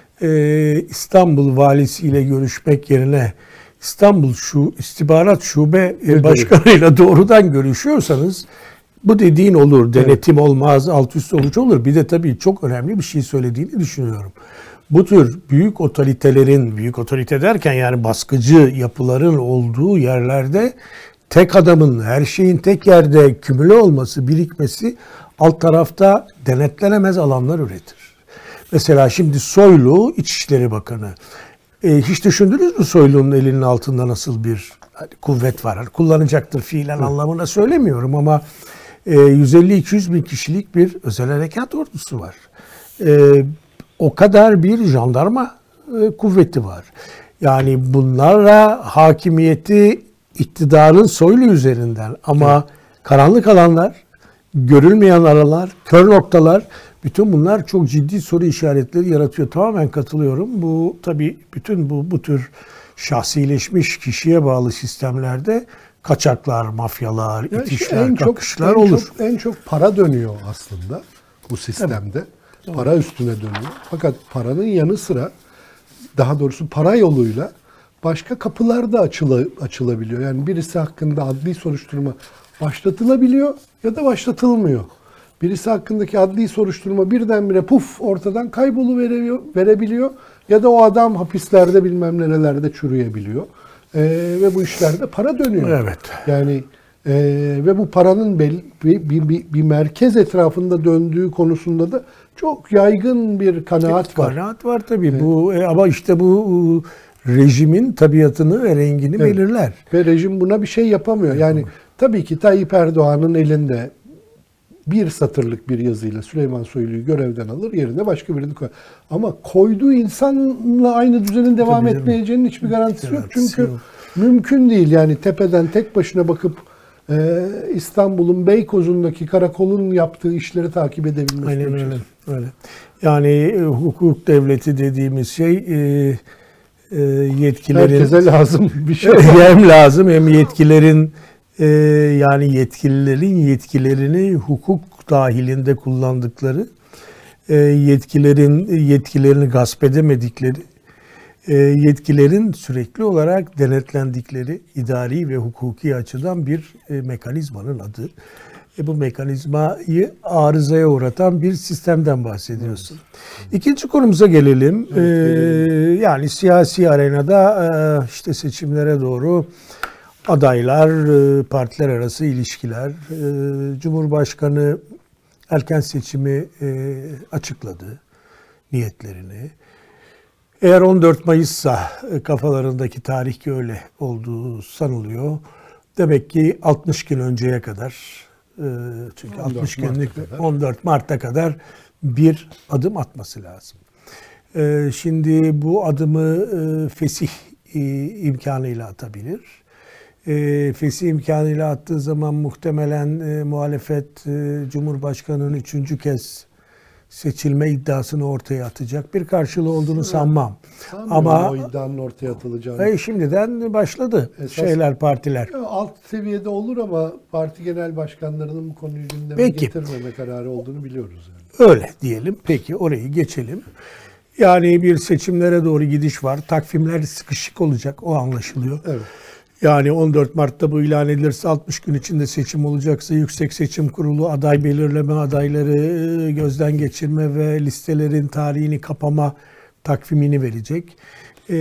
Speaker 1: e, İstanbul valisiyle görüşmek yerine İstanbul şu istihbarat şube e, başkanıyla doğrudan görüşüyorsanız bu dediğin olur. Denetim olmaz, alt üst sonuç olur. Bir de tabii çok önemli bir şey söylediğini düşünüyorum. Bu tür büyük otoritelerin, büyük otorite derken yani baskıcı yapıların olduğu yerlerde tek adamın her şeyin tek yerde kümüle olması, birikmesi alt tarafta denetlenemez alanlar üretir. Mesela şimdi Soylu İçişleri Bakanı. E, hiç düşündünüz mü Soylu'nun elinin altında nasıl bir hani, kuvvet var? Hani kullanacaktır fiilen anlamına söylemiyorum ama e, yüz elli iki yüz bin kişilik bir özel harekat ordusu var. E, o kadar bir jandarma e, kuvveti var. Yani bunlarla hakimiyeti iktidarın Soylu üzerinden ama evet. Karanlık alanlar, görülmeyen aralar, kör noktalar, bütün bunlar çok ciddi soru işaretleri yaratıyor. Tamamen katılıyorum. Bu tabii bütün bu bu tür şahsileşmiş kişiye bağlı sistemlerde kaçaklar, mafyalar,
Speaker 2: yani
Speaker 1: itişler,
Speaker 2: en
Speaker 1: kakışlar
Speaker 2: çok,
Speaker 1: olur.
Speaker 2: En çok, en çok para dönüyor aslında bu sistemde. Evet. Para üstüne dönüyor. Fakat paranın yanı sıra, daha doğrusu para yoluyla başka kapılar da açıla, açılabiliyor. Yani birisi hakkında adli soruşturma başlatılabiliyor ya da başlatılmıyor. Birisi hakkındaki adli soruşturma birdenbire puf ortadan kayboluverebiliyor verebiliyor Ya da o adam hapislerde bilmem nerelerde çürüyebiliyor. Ee, ve bu işlerde para dönüyor.
Speaker 1: Evet.
Speaker 2: Yani e, ve bu paranın belli, bir, bir, bir, bir merkez etrafında döndüğü konusunda da çok yaygın bir kanaat var.
Speaker 1: Kanaat var tabii. Evet. Bu e, ama işte bu e, rejimin tabiatını ve rengini evet. belirler.
Speaker 2: Ve rejim buna bir şey yapamıyor. Yani Yapamıyor. Tabii ki Tayyip Erdoğan'ın elinde bir satırlık bir yazıyla Süleyman Soylu'yu görevden alır, yerine başka birini koyar. Ama koyduğu insanla aynı düzenin devam Tabii etmeyeceğinin hiçbir garantisi yok. Çünkü yok. mümkün değil. Yani tepeden tek başına bakıp e, İstanbul'un Beykoz'undaki karakolun yaptığı işleri takip edebilmesi.
Speaker 1: Aynen öyle. öyle. Yani e, hukuk devleti dediğimiz şey e, e, yetkilerin...
Speaker 2: Herkese lazım bir şey.
Speaker 1: Hem lazım hem yetkilerin Ee, yani yetkililerin yetkilerini hukuk dahilinde kullandıkları, e, yetkilerin yetkilerini gasp edemedikleri, e, yetkilerin sürekli olarak denetlendikleri idari ve hukuki açıdan bir e, mekanizmanın adı. E, bu mekanizmayı arızaya uğratan bir sistemden bahsediyorsun. Evet. İkinci konumuza gelelim. Evet, ee, yani siyasi arenada e, işte seçimlere doğru adaylar, partiler arası ilişkiler, Cumhurbaşkanı erken seçimi açıkladı niyetlerini. Eğer on dört Mayıs'sa kafalarındaki tarih ki öyle olduğu sanılıyor. Demek ki altmış gün önceye kadar, çünkü altmış günlük on dört Mart'a kadar bir adım atması lazım. Şimdi bu adımı fesih imkanıyla atabilir. E, fesih imkanıyla attığı zaman muhtemelen e, muhalefet e, Cumhurbaşkanı'nın üçüncü kez seçilme iddiasını ortaya atacak. Bir karşılığı olduğunu sanmam.
Speaker 2: Sanmıyorum
Speaker 1: Ama
Speaker 2: o iddianın ortaya atılacağını.
Speaker 1: E, şimdiden başladı Esas, şeyler partiler.
Speaker 2: Alt seviyede olur ama parti genel başkanlarının bu konuyu gündeme Peki. getirmeme kararı olduğunu biliyoruz. Yani.
Speaker 1: Öyle diyelim. Peki orayı geçelim. Yani bir seçimlere doğru gidiş var. Takvimler sıkışık olacak. O anlaşılıyor. Evet. Yani on dört Mart'ta bu ilan edilirse altmış gün içinde seçim olacaksa Yüksek Seçim Kurulu aday belirleme, adayları gözden geçirme ve listelerin tarihini kapama takvimini verecek. Ee,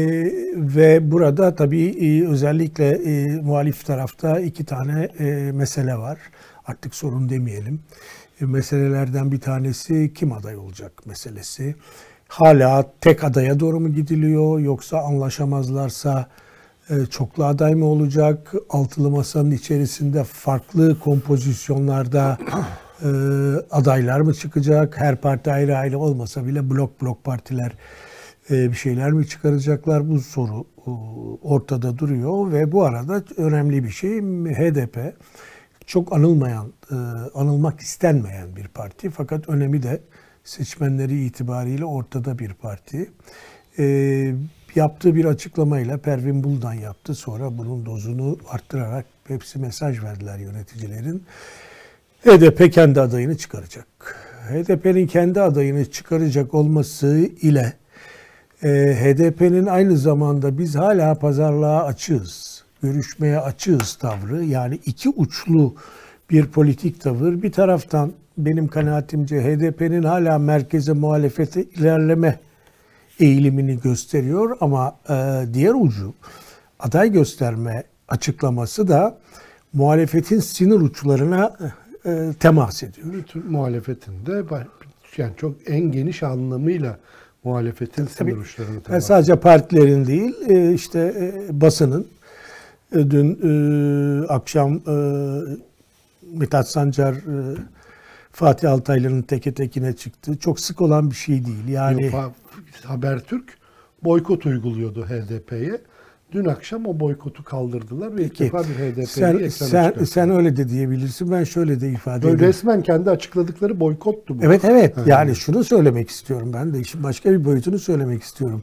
Speaker 1: ve burada tabii e, özellikle e, muhalif tarafta iki tane e, mesele var. Artık sorun demeyelim. E, meselelerden bir tanesi kim aday olacak meselesi. Hala tek adaya doğru mu gidiliyor yoksa anlaşamazlarsa çoklu aday mı olacak? Altılı masanın içerisinde farklı kompozisyonlarda e, adaylar mı çıkacak? Her parti ayrı ayrı olmasa bile blok blok partiler e, bir şeyler mi çıkaracaklar? Bu soru e, ortada duruyor ve bu arada önemli bir şey H D P çok anılmayan, e, anılmak istenmeyen bir parti fakat önemi de seçmenleri itibariyle ortada bir parti. E, Yaptığı bir açıklamayla Pervin Buldan yaptı. Sonra bunun dozunu arttırarak hepsi mesaj verdiler yöneticilerin. H D P kendi adayını çıkaracak. H D P'nin kendi adayını çıkaracak olması ile e, H D P'nin aynı zamanda biz hala pazarlığa açığız, görüşmeye açığız tavrı. Yani iki uçlu bir politik tavır. Bir taraftan benim kanaatimce H D P'nin hala merkeze muhalefete ilerleme eğilimini gösteriyor ama e, diğer ucu aday gösterme açıklaması da muhalefetin sinir uçlarına e, temas ediyor.
Speaker 2: Bütün muhalefetin de yani çok en geniş anlamıyla muhalefetin sinir Tabii, uçlarına temas ediyor.
Speaker 1: Sadece partilerin değil e, işte e, basının e, dün e, akşam e, Mithat Sancar e, Fatih Altaylı'nın teke tekine çıktı. Çok sık olan bir şey değil. Yani
Speaker 2: Yok, Habertürk boykot uyguluyordu H D P'ye. Dün akşam o boykotu kaldırdılar ve ilk defa bir H D P'yi
Speaker 1: sen,
Speaker 2: ekrana
Speaker 1: sen,
Speaker 2: çıkarttılar.
Speaker 1: Sen öyle de diyebilirsin. Ben şöyle de ifade edeyim.
Speaker 2: Resmen kendi açıkladıkları boykottu bu.
Speaker 1: Evet evet. Ha, yani evet. Şunu söylemek istiyorum ben de. İşin başka bir boyutunu söylemek istiyorum.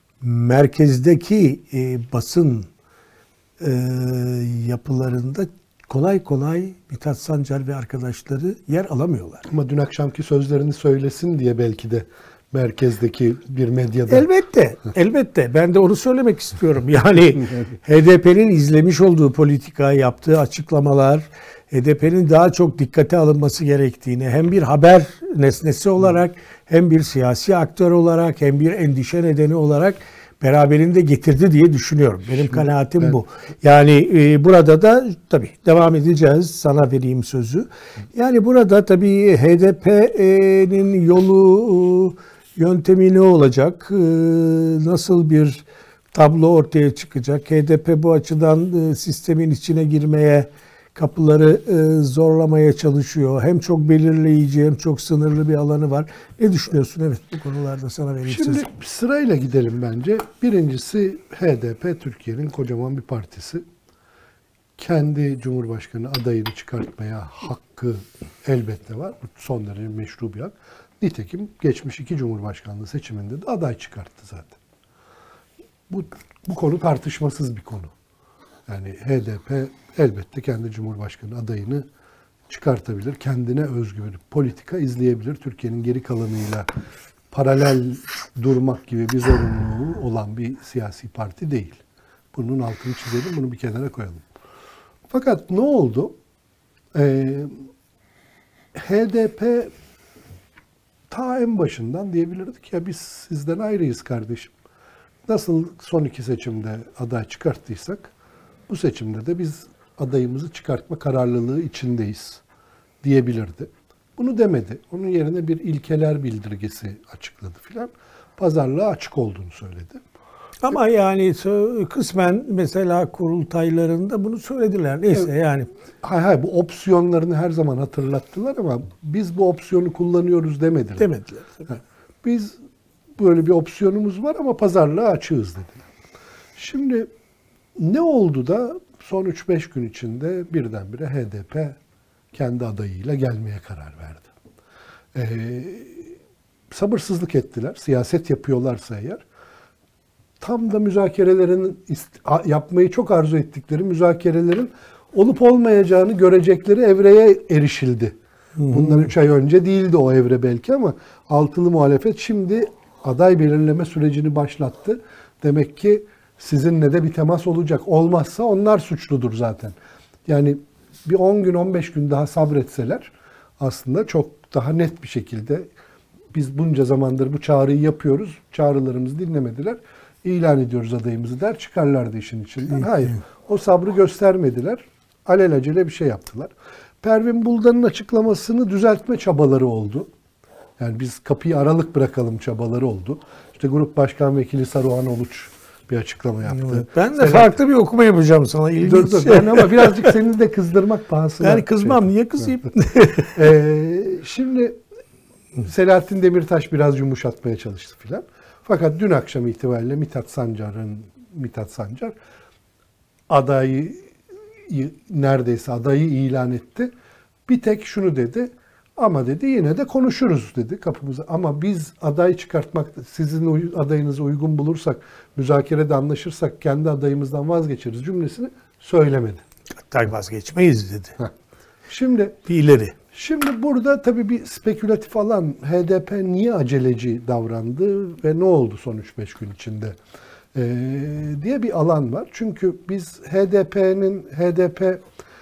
Speaker 1: Merkezdeki e, basın e, yapılarında kolay kolay Mithat Sancar ve arkadaşları yer alamıyorlar.
Speaker 2: Ama dün akşamki sözlerini söylesin diye belki de merkezdeki bir medyada.
Speaker 1: Elbette, elbette. Ben de onu söylemek istiyorum. Yani H D P'nin izlemiş olduğu politika, yaptığı açıklamalar, H D P'nin daha çok dikkate alınması gerektiğini hem bir haber nesnesi olarak hem bir siyasi aktör olarak hem bir endişe nedeni olarak beraberinde getirdi diye düşünüyorum. Benim
Speaker 2: Şimdi
Speaker 1: kanaatim
Speaker 2: ben,
Speaker 1: bu. Yani e, burada da tabii devam edeceğiz. Sana vereyim sözü. Yani burada tabii H D P'nin yolu, yöntemi ne olacak? E, nasıl bir tablo ortaya çıkacak? H D P bu açıdan e, sistemin içine girmeye, kapıları e, zorlamaya çalışıyor. Hem çok belirleyici hem çok sınırlı bir alanı var. Ne düşünüyorsun? Evet, bu konularda sana vereyim
Speaker 2: Şimdi
Speaker 1: sözü.
Speaker 2: sırayla gidelim bence. Birincisi H D P Türkiye'nin kocaman bir partisi. Kendi Cumhurbaşkanı adayını çıkartmaya hakkı elbette var. Bu son derece meşru bir hak. Nitekim geçmiş iki Cumhurbaşkanlığı seçiminde de aday çıkarttı zaten. Bu, bu konu tartışmasız bir konu. Yani H D P elbette kendi Cumhurbaşkanı adayını çıkartabilir. Kendine özgü bir politika izleyebilir. Türkiye'nin geri kalanıyla paralel durmak gibi bir zorunluluğu olan bir siyasi parti değil. Bunun altını çizelim, bunu bir kenara koyalım. Fakat ne oldu? Ee, H D P ta en başından diyebilirdik ya biz sizden ayrıyız kardeşim. Nasıl son iki seçimde aday çıkarttıysak bu seçimde de biz adayımızı çıkartma kararlılığı içindeyiz diyebilirdi. Bunu demedi. Onun yerine bir ilkeler bildirgesi açıkladı filan. Pazarlığa açık olduğunu söyledi.
Speaker 1: Ama yani kısmen mesela kurultaylarında bunu söylediler. Neyse evet. yani.
Speaker 2: Hayır hayır bu opsiyonlarını her zaman hatırlattılar ama biz bu opsiyonu kullanıyoruz demediler.
Speaker 1: Demediler. Tabii.
Speaker 2: Biz böyle bir opsiyonumuz var ama pazarlığa açığız dediler. Şimdi ne oldu da son üç beş gün içinde birdenbire H D P kendi adayıyla gelmeye karar verdi. Ee, sabırsızlık ettiler. Siyaset yapıyorlarsa eğer. Tam da müzakerelerin yapmayı çok arzu ettikleri müzakerelerin olup olmayacağını görecekleri evreye erişildi. Bundan üç ay önce değildi o evre belki ama altılı muhalefet şimdi aday belirleme sürecini başlattı. Demek ki sizinle de bir temas olacak. Olmazsa onlar suçludur zaten. Yani bir on gün on beş gün daha sabretseler aslında çok daha net bir şekilde biz bunca zamandır bu çağrıyı yapıyoruz. Çağrılarımızı dinlemediler. İlan ediyoruz adayımızı der çıkarlardı işin içinden. Hayır. O sabrı göstermediler. Alelacele bir şey yaptılar. Pervin Buldan'ın açıklamasını düzeltme çabaları oldu. Yani biz kapıyı aralık bırakalım çabaları oldu. İşte Grup Başkan Vekili Saruhan Oluç bir açıklama yaptı. Evet,
Speaker 1: ben de Sedat, farklı bir okuma yapacağım sana. İlginç.
Speaker 2: Dur dur ben ama birazcık seni de kızdırmak pahasına.
Speaker 1: Yani kızmam. Şey. Niye kızayım?
Speaker 2: ee, şimdi Selahattin Demirtaş biraz yumuşatmaya çalıştı filan. Fakat dün akşam itibariyle Mithat Sancar'ın Mithat Sancar adayı neredeyse adayı ilan etti. Bir tek şunu dedi. Ama dedi yine de konuşuruz dedi kapımıza. Ama biz aday çıkartmak, sizin adayınızı uygun bulursak, müzakerede anlaşırsak kendi adayımızdan vazgeçeriz cümlesini söylemedi.
Speaker 1: Hatta vazgeçmeyiz dedi.
Speaker 2: Heh. Şimdi
Speaker 1: bir ileri.
Speaker 2: Şimdi burada tabii bir spekülatif alan H D P niye aceleci davrandı ve ne oldu son üç beş gün içinde ee, diye bir alan var. Çünkü biz H D P'nin H D P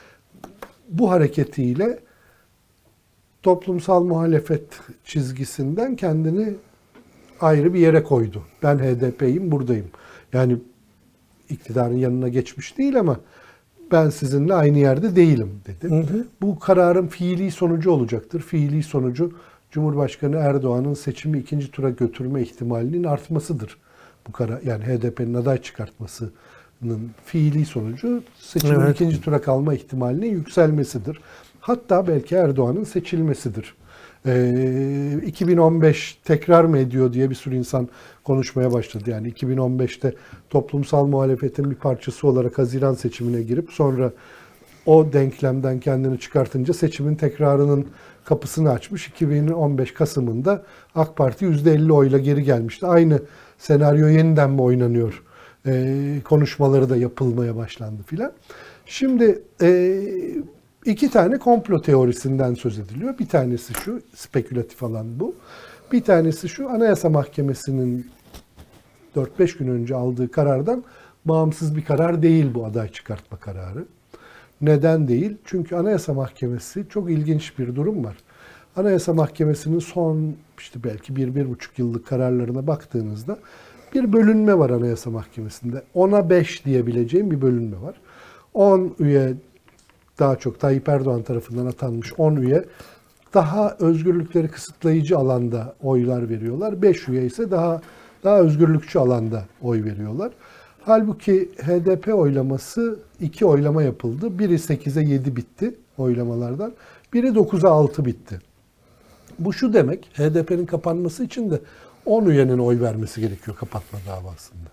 Speaker 2: bu hareketiyle toplumsal muhalefet çizgisinden kendini ayrı bir yere koydu. Ben H D P'yim, buradayım. Yani iktidarın yanına geçmiş değil ama ben sizinle aynı yerde değilim dedi. Hı hı. Bu kararın fiili sonucu olacaktır. Fiili sonucu Cumhurbaşkanı Erdoğan'ın seçimi ikinci tura götürme ihtimalinin artmasıdır. Bu karar yani H D P'nin aday çıkartmasının fiili sonucu seçimin evet. ikinci tura kalma ihtimalinin yükselmesidir. Hatta belki Erdoğan'ın seçilmesidir. Ee, iki bin on beş tekrar mı ediyor diye bir sürü insan konuşmaya başladı. Yani iki bin on beşte toplumsal muhalefetin bir parçası olarak Haziran seçimine girip sonra o denklemden kendini çıkartınca seçimin tekrarının kapısını açmış. iki bin on beş Kasım'ında AK Parti yüzde elli oyla geri gelmişti. Aynı senaryo yeniden mi oynanıyor? Ee, konuşmaları da yapılmaya başlandı filan. Şimdi e, İki tane komplo teorisinden söz ediliyor. Bir tanesi şu, spekülatif alan bu. Bir tanesi şu, Anayasa Mahkemesi'nin dört beş gün önce aldığı karardan bağımsız bir karar değil bu aday çıkartma kararı. Neden değil? Çünkü Anayasa Mahkemesi çok ilginç bir durum var. Anayasa Mahkemesi'nin son işte belki bir, bir buçuk yıllık kararlarına baktığınızda bir bölünme var Anayasa Mahkemesi'nde. ona beş diyebileceğim bir bölünme var. on üye daha çok Tayyip Erdoğan tarafından atanmış on üye daha özgürlükleri kısıtlayıcı alanda oylar veriyorlar. beş üye ise daha daha özgürlükçü alanda oy veriyorlar. Halbuki H D P oylaması iki oylama yapıldı. Biri sekize yedi bitti oylamalardan. Biri dokuza altı bitti. Bu şu demek, H D P'nin kapanması için de on üyenin oy vermesi gerekiyor kapatma davasında.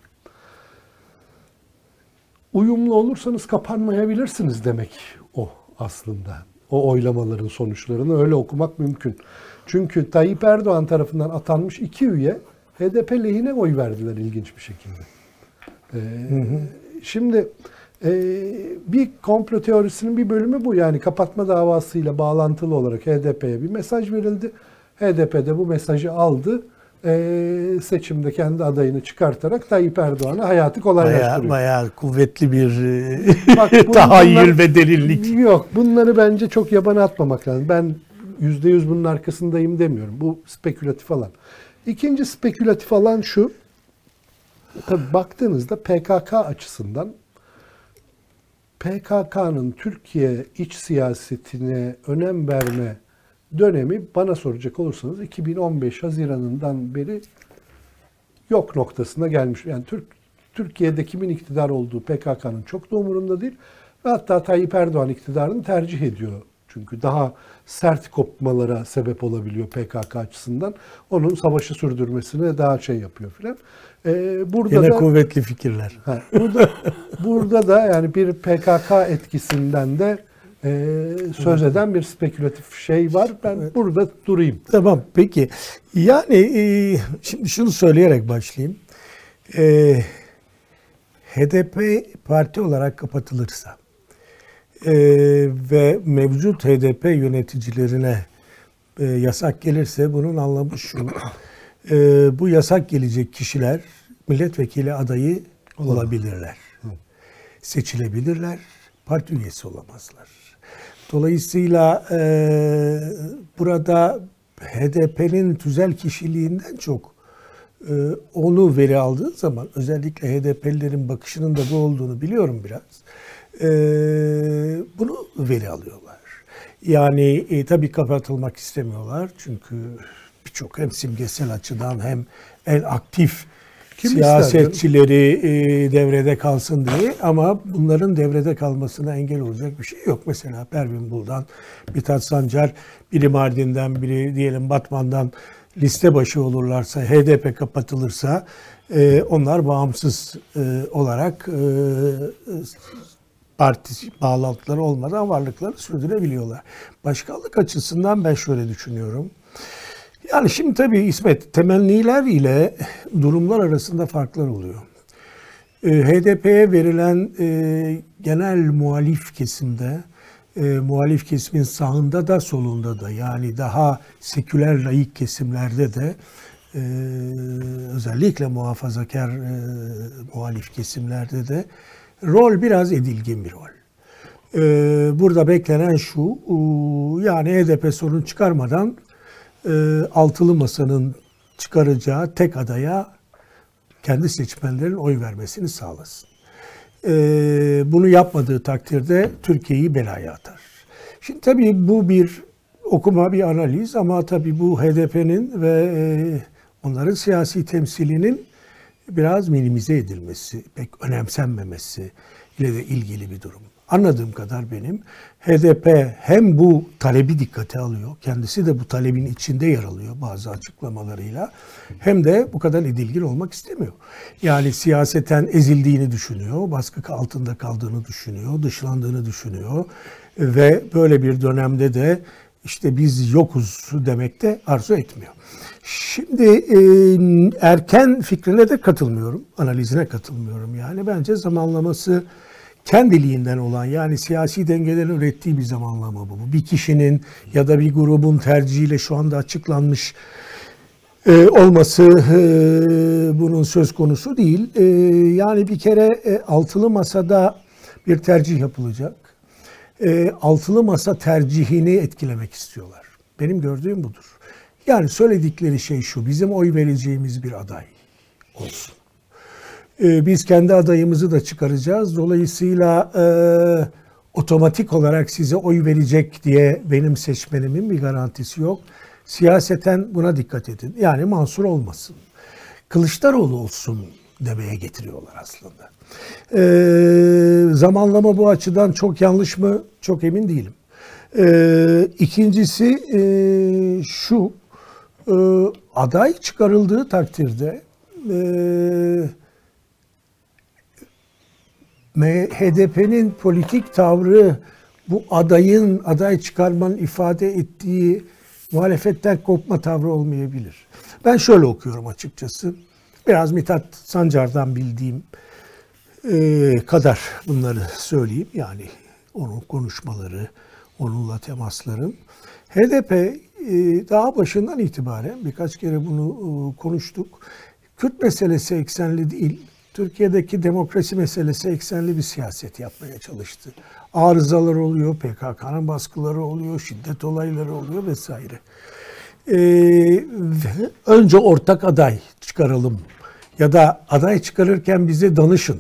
Speaker 2: Uyumlu olursanız kapanmayabilirsiniz demek o aslında. O oylamaların sonuçlarını öyle okumak mümkün. Çünkü Tayyip Erdoğan tarafından atanmış iki üye H D P lehine oy verdiler ilginç bir şekilde. Ee, hı hı. Şimdi e, bir komplo teorisinin bir bölümü bu. Yani kapatma davasıyla bağlantılı olarak H D P'ye bir mesaj verildi. H D P de bu mesajı aldı. Ee, seçimde kendi adayını çıkartarak Tayyip Erdoğan'a hayatı kolaylaştırıyor.
Speaker 1: Bayağı, bayağı kuvvetli bir
Speaker 2: Bak,
Speaker 1: tahayyül ve derinlik.
Speaker 2: Yok, bunları bence çok yabana atmamak lazım. Ben yüzde yüz bunun arkasındayım demiyorum. Bu spekülatif alan. İkinci spekülatif alan şu. Tabii baktığınızda P K K açısından P K K'nın Türkiye iç siyasetine önem verme dönemi bana soracak olursanız iki bin on beş Haziran'ından beri yok noktasına gelmiş. Yani Türk Türkiye'de kimin iktidar olduğu P K K'nın çok da umurunda değil. Ve hatta Tayyip Erdoğan iktidarını tercih ediyor. Çünkü daha sert kopmalara sebep olabiliyor P K K açısından. Onun savaşı sürdürmesine daha şey yapıyor filan. Ee, burada
Speaker 1: Yine
Speaker 2: da,
Speaker 1: kuvvetli fikirler.
Speaker 2: He, burada, burada da yani bir P K K etkisinden de e, söz eden bir spekülatif şey var. Ben evet. burada durayım.
Speaker 1: Tamam, peki. Yani e, şimdi şunu söyleyerek başlayayım. E, H D P parti olarak kapatılırsa e, ve mevcut H D P yöneticilerine e, yasak gelirse bunun anlamı şu. E, bu yasak gelecek kişiler milletvekili adayı olabilirler. Hı. Seçilebilirler. Parti üyesi olamazlar. Dolayısıyla e, burada H D P'nin tüzel kişiliğinden çok e, onu veri aldığı zaman özellikle H D P'lilerin bakışının da bu olduğunu biliyorum biraz. E, bunu veri alıyorlar. Yani e, tabii kapatılmak istemiyorlar çünkü birçok hem simgesel açıdan hem en aktif Kim siyasetçileri e, devrede kalsın diye, ama bunların devrede kalmasına engel olacak bir şey yok. Mesela Pervin Buldan, Mithat Sancar, biri Mardin'den, biri diyelim Batman'dan liste başı olurlarsa, H D P kapatılırsa e, onlar bağımsız e, olarak e, parti bağlantıları olmadan varlıklarını sürdürebiliyorlar. Başkanlık açısından ben şöyle düşünüyorum. Yani şimdi tabii İsmet, temenniler ile durumlar arasında farklar oluyor. E, H D P'ye verilen e, genel muhalif kesimde, e, muhalif kesimin sağında da solunda da, yani daha seküler laik kesimlerde de e, özellikle muhafazakar e, muhalif kesimlerde de rol biraz edilgen bir rol. E, burada beklenen şu, yani H D P sorun çıkarmadan altılı masanın çıkaracağı tek adaya kendi seçmenlerin oy vermesini sağlasın. Bunu yapmadığı takdirde Türkiye'yi belaya atar. Şimdi tabii bu bir okuma, bir analiz, ama tabii bu H D P'nin ve onların siyasi temsilinin biraz minimize edilmesi, pek önemsenmemesi ile de ilgili bir durum. Anladığım kadar benim H D P hem bu talebi dikkate alıyor, kendisi de bu talebin içinde yer alıyor bazı açıklamalarıyla, hem de bu kadar edilgin olmak istemiyor. Yani siyaseten ezildiğini düşünüyor, baskı altında kaldığını düşünüyor, dışlandığını düşünüyor ve böyle bir dönemde de işte biz yokuz demek de arzu etmiyor. Şimdi e, erken fikrine de katılmıyorum, analizine katılmıyorum. Yani bence zamanlaması kendiliğinden olan, yani siyasi dengelerin ürettiği bir zamanlama bu. Bir kişinin ya da bir grubun tercihiyle şu anda açıklanmış e, olması e, bunun söz konusu değil. E, yani bir kere e, altılı masada bir tercih yapılacak. e, altılı masa tercihini etkilemek istiyorlar. Benim gördüğüm budur. Yani söyledikleri şey şu, bizim oy vereceğimiz bir aday olsun. E, biz kendi adayımızı da çıkaracağız. Dolayısıyla e, otomatik olarak size oy verecek diye benim seçmenimin bir garantisi yok. Siyaseten buna dikkat edin. Yani Mansur olmasın, Kılıçdaroğlu olsun demeye getiriyorlar aslında. Ee, zamanlama bu açıdan çok yanlış mı? Çok emin değilim. Ee, ikincisi e, şu, e, aday çıkarıldığı takdirde e, H D P'nin politik tavrı bu adayın, aday çıkarmanın ifade ettiği muhalefetten kopma tavrı olmayabilir. Ben şöyle okuyorum açıkçası. Biraz Mithat Sancar'dan bildiğim e, kadar bunları söyleyeyim. Yani onun konuşmaları, onunla temaslarım. H D P e, daha başından itibaren birkaç kere bunu e, konuştuk. Kürt meselesi eksenli değil, Türkiye'deki demokrasi meselesi eksenli bir siyaset yapmaya çalıştı. Arızalar oluyor, P K K'nın baskıları oluyor, şiddet olayları oluyor vesaire. Ee, önce ortak aday çıkaralım ya da aday çıkarırken bize danışın,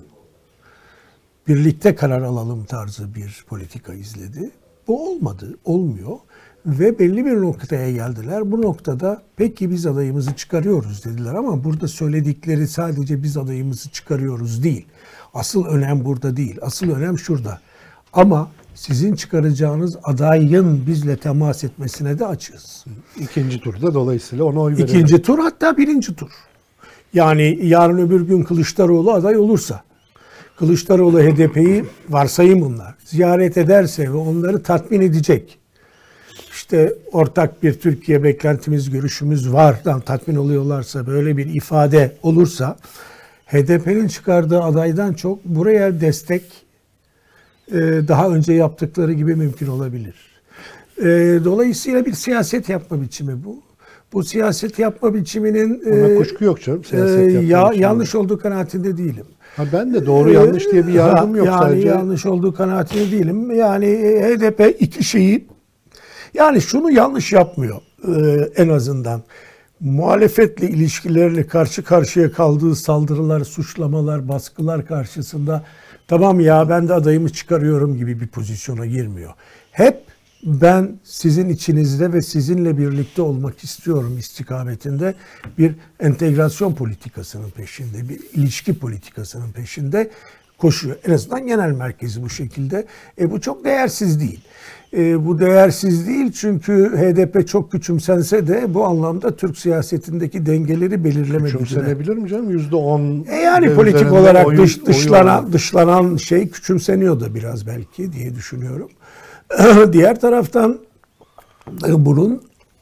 Speaker 1: birlikte karar alalım tarzı bir politika izledi. Bu olmadı, olmuyor ve belli bir noktaya geldiler. Bu noktada peki biz adayımızı çıkarıyoruz dediler ama burada söyledikleri sadece biz adayımızı çıkarıyoruz değil. Asıl önem burada değil, asıl önem şurada. Ama sizin çıkaracağınız adayın bizle temas etmesine de açığız.
Speaker 2: İkinci turda dolayısıyla ona oy verelim.
Speaker 1: İkinci tur, hatta birinci tur. Yani yarın öbür gün Kılıçdaroğlu aday olursa, Kılıçdaroğlu H D P'yi, varsayım bunlar, ziyaret ederse ve onları tatmin edecek, İşte ortak bir Türkiye beklentimiz, görüşümüz var, tatmin oluyorlarsa, böyle bir ifade olursa, H D P'nin çıkardığı adaydan çok buraya destek daha önce yaptıkları gibi mümkün olabilir. Dolayısıyla bir siyaset yapma biçimi bu. Bu siyaset yapma biçiminin
Speaker 2: ona kuşku yok canım. Siyaset yapma
Speaker 1: ya,
Speaker 2: biçimi.
Speaker 1: Yanlış olduğu kanaatinde değilim.
Speaker 2: Ha, ben de doğru yanlış diye bir yargım yok
Speaker 1: yani
Speaker 2: sadece.
Speaker 1: Yani yanlış olduğu kanaatinde değilim. Yani H D P iki şeyi, yani şunu yanlış yapmıyor en azından. Muhalefetle ilişkilerle karşı karşıya kaldığı saldırılar, suçlamalar, baskılar karşısında tamam ya ben de adayımı çıkarıyorum gibi bir pozisyona girmiyor. Hep ben sizin içinizde ve sizinle birlikte olmak istiyorum istikametinde bir entegrasyon politikasının peşinde, bir ilişki politikasının peşinde koşuyor. En azından genel merkezi bu şekilde. E bu çok değersiz değil. E, bu değersiz değil çünkü H D P çok küçümsense de bu anlamda Türk siyasetindeki dengeleri belirleme gücüne.
Speaker 2: Küçümsenebilir mi canım? yüzde on.
Speaker 1: E yani politik olarak oyu, dış, dışlanan, oyu dışlanan şey küçümseniyor da biraz belki diye düşünüyorum. Diğer taraftan bunun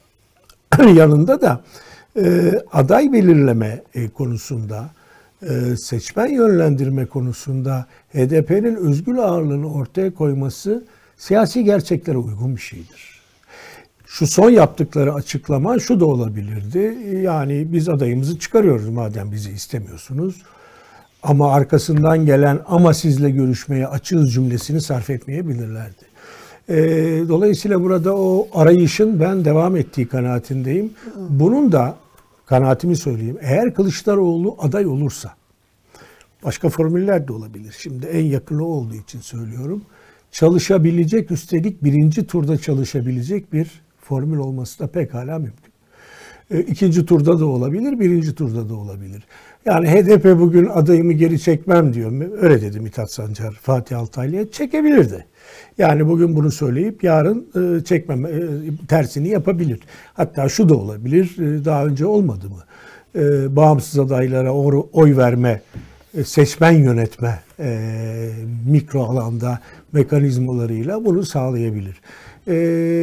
Speaker 1: yanında da e, aday belirleme e, konusunda, e, seçmen yönlendirme konusunda H D P'nin özgür ağırlığını ortaya koyması siyasi gerçeklere uygun bir şeydir. Şu son yaptıkları açıklama şu da olabilirdi. Yani biz adayımızı çıkarıyoruz madem bizi istemiyorsunuz. Ama arkasından gelen ama sizle görüşmeye açığız cümlesini sarf etmeyebilirlerdi. E, dolayısıyla burada o arayışın ben devam ettiği kanaatindeyim. Bunun da kanaatimi söyleyeyim. Eğer Kılıçdaroğlu aday olursa, başka formüller de olabilir. Şimdi en yakını olduğu için söylüyorum. Çalışabilecek, üstelik birinci turda çalışabilecek bir formül olması da pekala mümkün. E, ikinci turda da olabilir, birinci turda da olabilir. Yani H D P bugün adayımı geri çekmem diyor. Öyle dedi Mithat Sancar, Fatih Altaylı'ya. Çekebilirdi. Yani bugün bunu söyleyip yarın e, çekmem, e, tersini yapabilir. Hatta şu da olabilir, e, daha önce olmadı mı? E, bağımsız adaylara oy, oy verme, e, seçmen yönetme e, mikro alanda mekanizmalarıyla bunu sağlayabilir. E,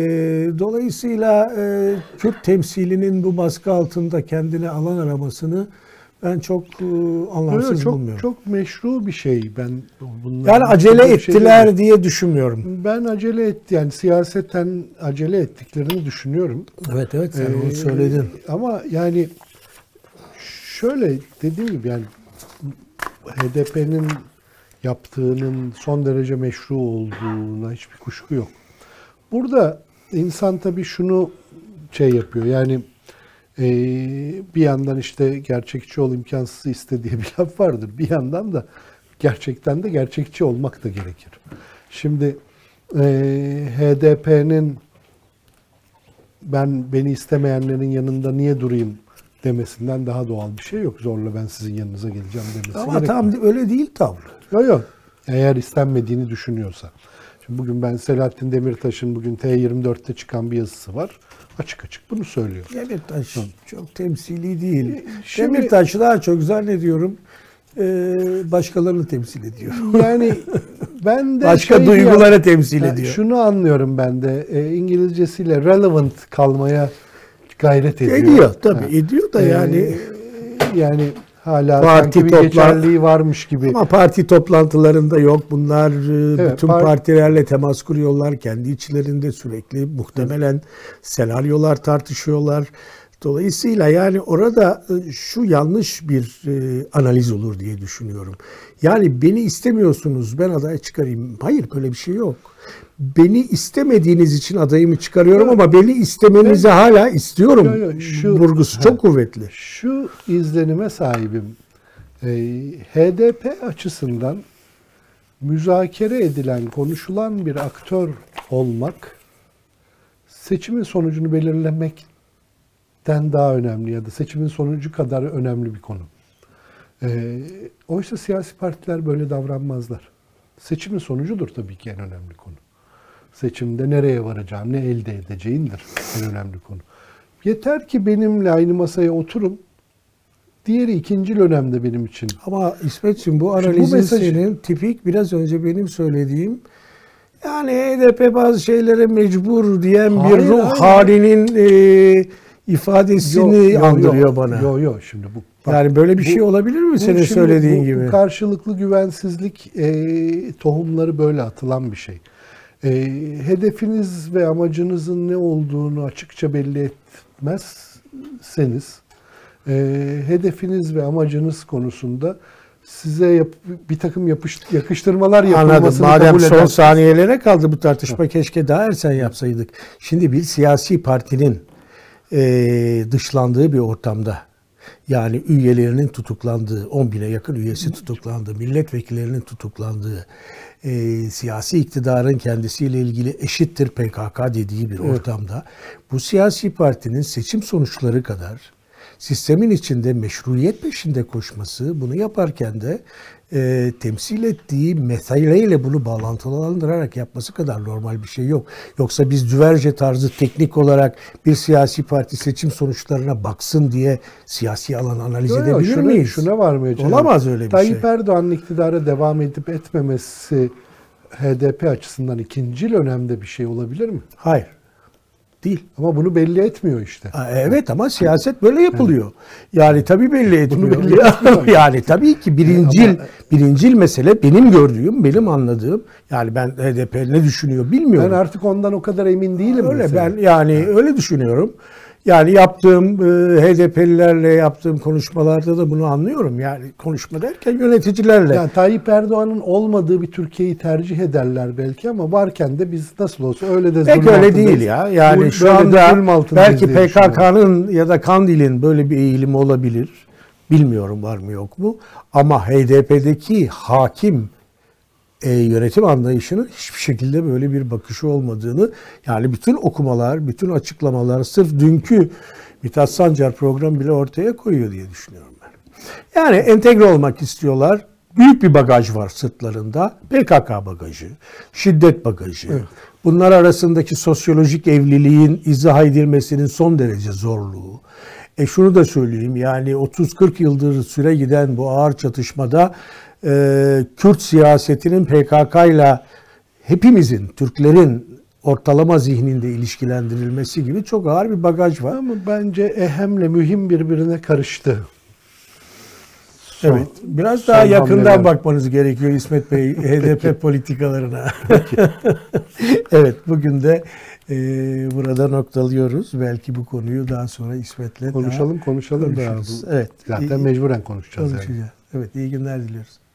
Speaker 1: dolayısıyla e, Kürt temsilinin bu baskı altında kendine alan aramasını ben çok e, anlamsız
Speaker 2: evet, çok,
Speaker 1: bulmuyorum.
Speaker 2: Çok meşru bir şey. Ben
Speaker 1: yani acele ettiler şey diye düşünmüyorum.
Speaker 2: Ben acele etti yani siyaseten acele ettiklerini düşünüyorum.
Speaker 1: Evet evet sen
Speaker 2: ee,
Speaker 1: onu söyledin.
Speaker 2: Ama yani şöyle dediğim gibi yani H D P'nin yaptığının son derece meşru olduğuna hiçbir kuşku yok. Burada insan tabii şunu şey yapıyor, yani e, bir yandan işte gerçekçi ol imkansızı iste diye bir laf vardır. Bir yandan da gerçekten de gerçekçi olmak da gerekir. Şimdi e, H D P'nin ben beni istemeyenlerin yanında niye durayım demesinden daha doğal bir şey yok. Zorla ben sizin yanınıza geleceğim demesi
Speaker 1: Ama
Speaker 2: gerekmiyor.
Speaker 1: tam öyle değil tavrı.
Speaker 2: Yok yok. Eğer istenmediğini düşünüyorsa. Şimdi bugün ben Selahattin Demirtaş'ın bugün T yirmi dört'te çıkan bir yazısı var. Açık açık bunu söylüyor.
Speaker 1: Demirtaş çok temsili değil.
Speaker 2: Şimdi-
Speaker 1: Demirtaş daha çok zannediyorum e, başkalarını temsil ediyor.
Speaker 2: Yani ben de
Speaker 1: Başka
Speaker 2: şey
Speaker 1: duyguları
Speaker 2: diye-
Speaker 1: temsil
Speaker 2: Ha,
Speaker 1: ediyor.
Speaker 2: Şunu anlıyorum ben de. E, İngilizcesiyle relevant kalmaya gayret ediyor.
Speaker 1: Ediyor tabii
Speaker 2: Ha.
Speaker 1: ediyor da
Speaker 2: E,
Speaker 1: yani
Speaker 2: yani hala
Speaker 1: Parti
Speaker 2: sanki bir
Speaker 1: topla-
Speaker 2: geçerliği varmış gibi.
Speaker 1: ama parti toplantılarında yok. Bunlar e,
Speaker 2: Evet,
Speaker 1: bütün
Speaker 2: par-
Speaker 1: partilerle temas kuruyorlar. Kendi içlerinde sürekli muhtemelen senaryolar tartışıyorlar. Dolayısıyla yani orada e, şu yanlış bir e, analiz olur diye düşünüyorum. Yani beni istemiyorsunuz, ben aday çıkarayım. Hayır, böyle bir şey yok. Beni istemediğiniz için adayımı çıkarıyorum
Speaker 2: Yok.
Speaker 1: ama beni istemenizi hala istiyorum.
Speaker 2: Yok, yok, şu-
Speaker 1: Vurgusu
Speaker 2: Ha.
Speaker 1: çok kuvvetli.
Speaker 2: Şu izlenime sahibim. E, H D P açısından müzakere edilen, konuşulan bir aktör olmak seçimin sonucunu belirlemekten daha önemli ya da seçimin sonucu kadar önemli bir konu. E, oysa siyasi partiler böyle davranmazlar. Seçimin sonucudur tabii ki en önemli konu. Seçimde nereye varacağın, ne elde edeceğindir en önemli konu. Yeter ki benimle aynı masaya oturun. Diğeri ikinci önemde benim için.
Speaker 1: Ama İsmetciğim bu
Speaker 2: bu
Speaker 1: analizin
Speaker 2: mesaj-
Speaker 1: senin tipik biraz önce benim söylediğim yani H D P bazı şeylere mecbur diyen
Speaker 2: Hayır,
Speaker 1: bir ruh
Speaker 2: hayır.
Speaker 1: halinin e, ifadesini andırıyor bana.
Speaker 2: Yok yok şimdi bu. bak,
Speaker 1: Yani böyle bir
Speaker 2: bu-
Speaker 1: şey olabilir mi
Speaker 2: bu
Speaker 1: senin
Speaker 2: şimdi
Speaker 1: söylediğin
Speaker 2: bu-
Speaker 1: gibi?
Speaker 2: Bu karşılıklı güvensizlik e, tohumları böyle atılan bir şey. E, hedefiniz ve amacınızın ne olduğunu açıkça belli etmezseniz e, hedefiniz ve amacınız konusunda size yap, bir takım yapış, yakıştırmalar
Speaker 1: Anladım.
Speaker 2: yapılmasını
Speaker 1: Madem
Speaker 2: kabul
Speaker 1: son
Speaker 2: edersiniz.
Speaker 1: saniyelere kaldı bu tartışma, keşke daha erken yapsaydık. Şimdi bir siyasi partinin e, dışlandığı bir ortamda, yani üyelerinin tutuklandığı, on bine yakın üyesi tutuklandı, milletvekillerinin tutuklandığı, e, siyasi iktidarın kendisiyle ilgili eşittir P K K dediği bir ortamda, bu siyasi partinin seçim sonuçları kadar sistemin içinde meşruiyet peşinde koşması, bunu yaparken de e, temsil ettiği meseleyle bunu bağlantılandırarak yapması kadar normal bir şey yok. Yoksa biz düverce tarzı teknik olarak bir siyasi parti seçim sonuçlarına baksın diye siyasi alan analiz
Speaker 2: Yo, yo,
Speaker 1: edebilir
Speaker 2: şuna,
Speaker 1: miyiz?
Speaker 2: Şuna varmıyor. canım.
Speaker 1: Olamaz öyle bir
Speaker 2: Tayyip
Speaker 1: şey.
Speaker 2: Erdoğan'ın iktidara devam edip etmemesi H D P açısından ikincil önemde bir şey olabilir mi?
Speaker 1: Hayır. Değil.
Speaker 2: Ama bunu belli etmiyor işte.
Speaker 1: Ha, evet ama siyaset böyle yapılıyor. Yani tabii belli etmiyor.
Speaker 2: belli etmiyor.
Speaker 1: Yani tabii ki birincil birincil mesele benim gördüğüm, benim anladığım. Yani ben H D P ne düşünüyor bilmiyorum.
Speaker 2: Ben artık ondan o kadar emin değilim.
Speaker 1: Öyle
Speaker 2: mesela.
Speaker 1: ben yani öyle düşünüyorum. Yani yaptığım e, H D P'lilerle yaptığım konuşmalarda da bunu anlıyorum. Yani konuşma derken yöneticilerle.
Speaker 2: Yani Tayyip Erdoğan'ın olmadığı bir Türkiye'yi tercih ederler belki ama varken de biz nasıl olsa öyle de
Speaker 1: Pek
Speaker 2: zulüm
Speaker 1: öyle
Speaker 2: altındayız.
Speaker 1: değil ya. Yani
Speaker 2: Bu-
Speaker 1: şu
Speaker 2: böyle de
Speaker 1: anda
Speaker 2: zulüm altındayız
Speaker 1: belki
Speaker 2: diye
Speaker 1: P K
Speaker 2: düşünüyorum.
Speaker 1: K'nın ya da Kandil'in böyle bir eğilimi olabilir. Bilmiyorum var mı yok mu. Ama H D P'deki hakim e, yönetim anlayışının hiçbir şekilde böyle bir bakışı olmadığını, yani bütün okumalar, bütün açıklamalar sırf dünkü Mithat Sancar programı bile ortaya koyuyor diye düşünüyorum ben. Yani entegre olmak istiyorlar. Büyük bir bagaj var sırtlarında. P K K bagajı, şiddet bagajı.
Speaker 2: Evet.
Speaker 1: Bunlar arasındaki sosyolojik evliliğin izah edilmesinin son derece zorluğu. E şunu da söyleyeyim, yani otuz kırk yıldır süre giden bu ağır çatışmada e, Kürt siyasetinin P K K ile hepimizin, Türklerin ortalama zihninde ilişkilendirilmesi gibi çok ağır bir bagaj var.
Speaker 2: Ama bence ehemle mühim birbirine karıştı. Son-
Speaker 1: Evet. Biraz daha
Speaker 2: son
Speaker 1: yakından
Speaker 2: hamleler.
Speaker 1: bakmanız gerekiyor İsmet Bey H D P politikalarına. Evet, bugün de e, burada noktalıyoruz. Belki bu konuyu daha sonra İsmet'le
Speaker 2: Konuşalım
Speaker 1: daha
Speaker 2: konuşalım da.
Speaker 1: konuşuruz.
Speaker 2: bu-
Speaker 1: Evet.
Speaker 2: Zaten
Speaker 1: İyi-
Speaker 2: mecburen konuşacağız yani.
Speaker 1: konuşacağız. Evet, iyi günler diliyoruz.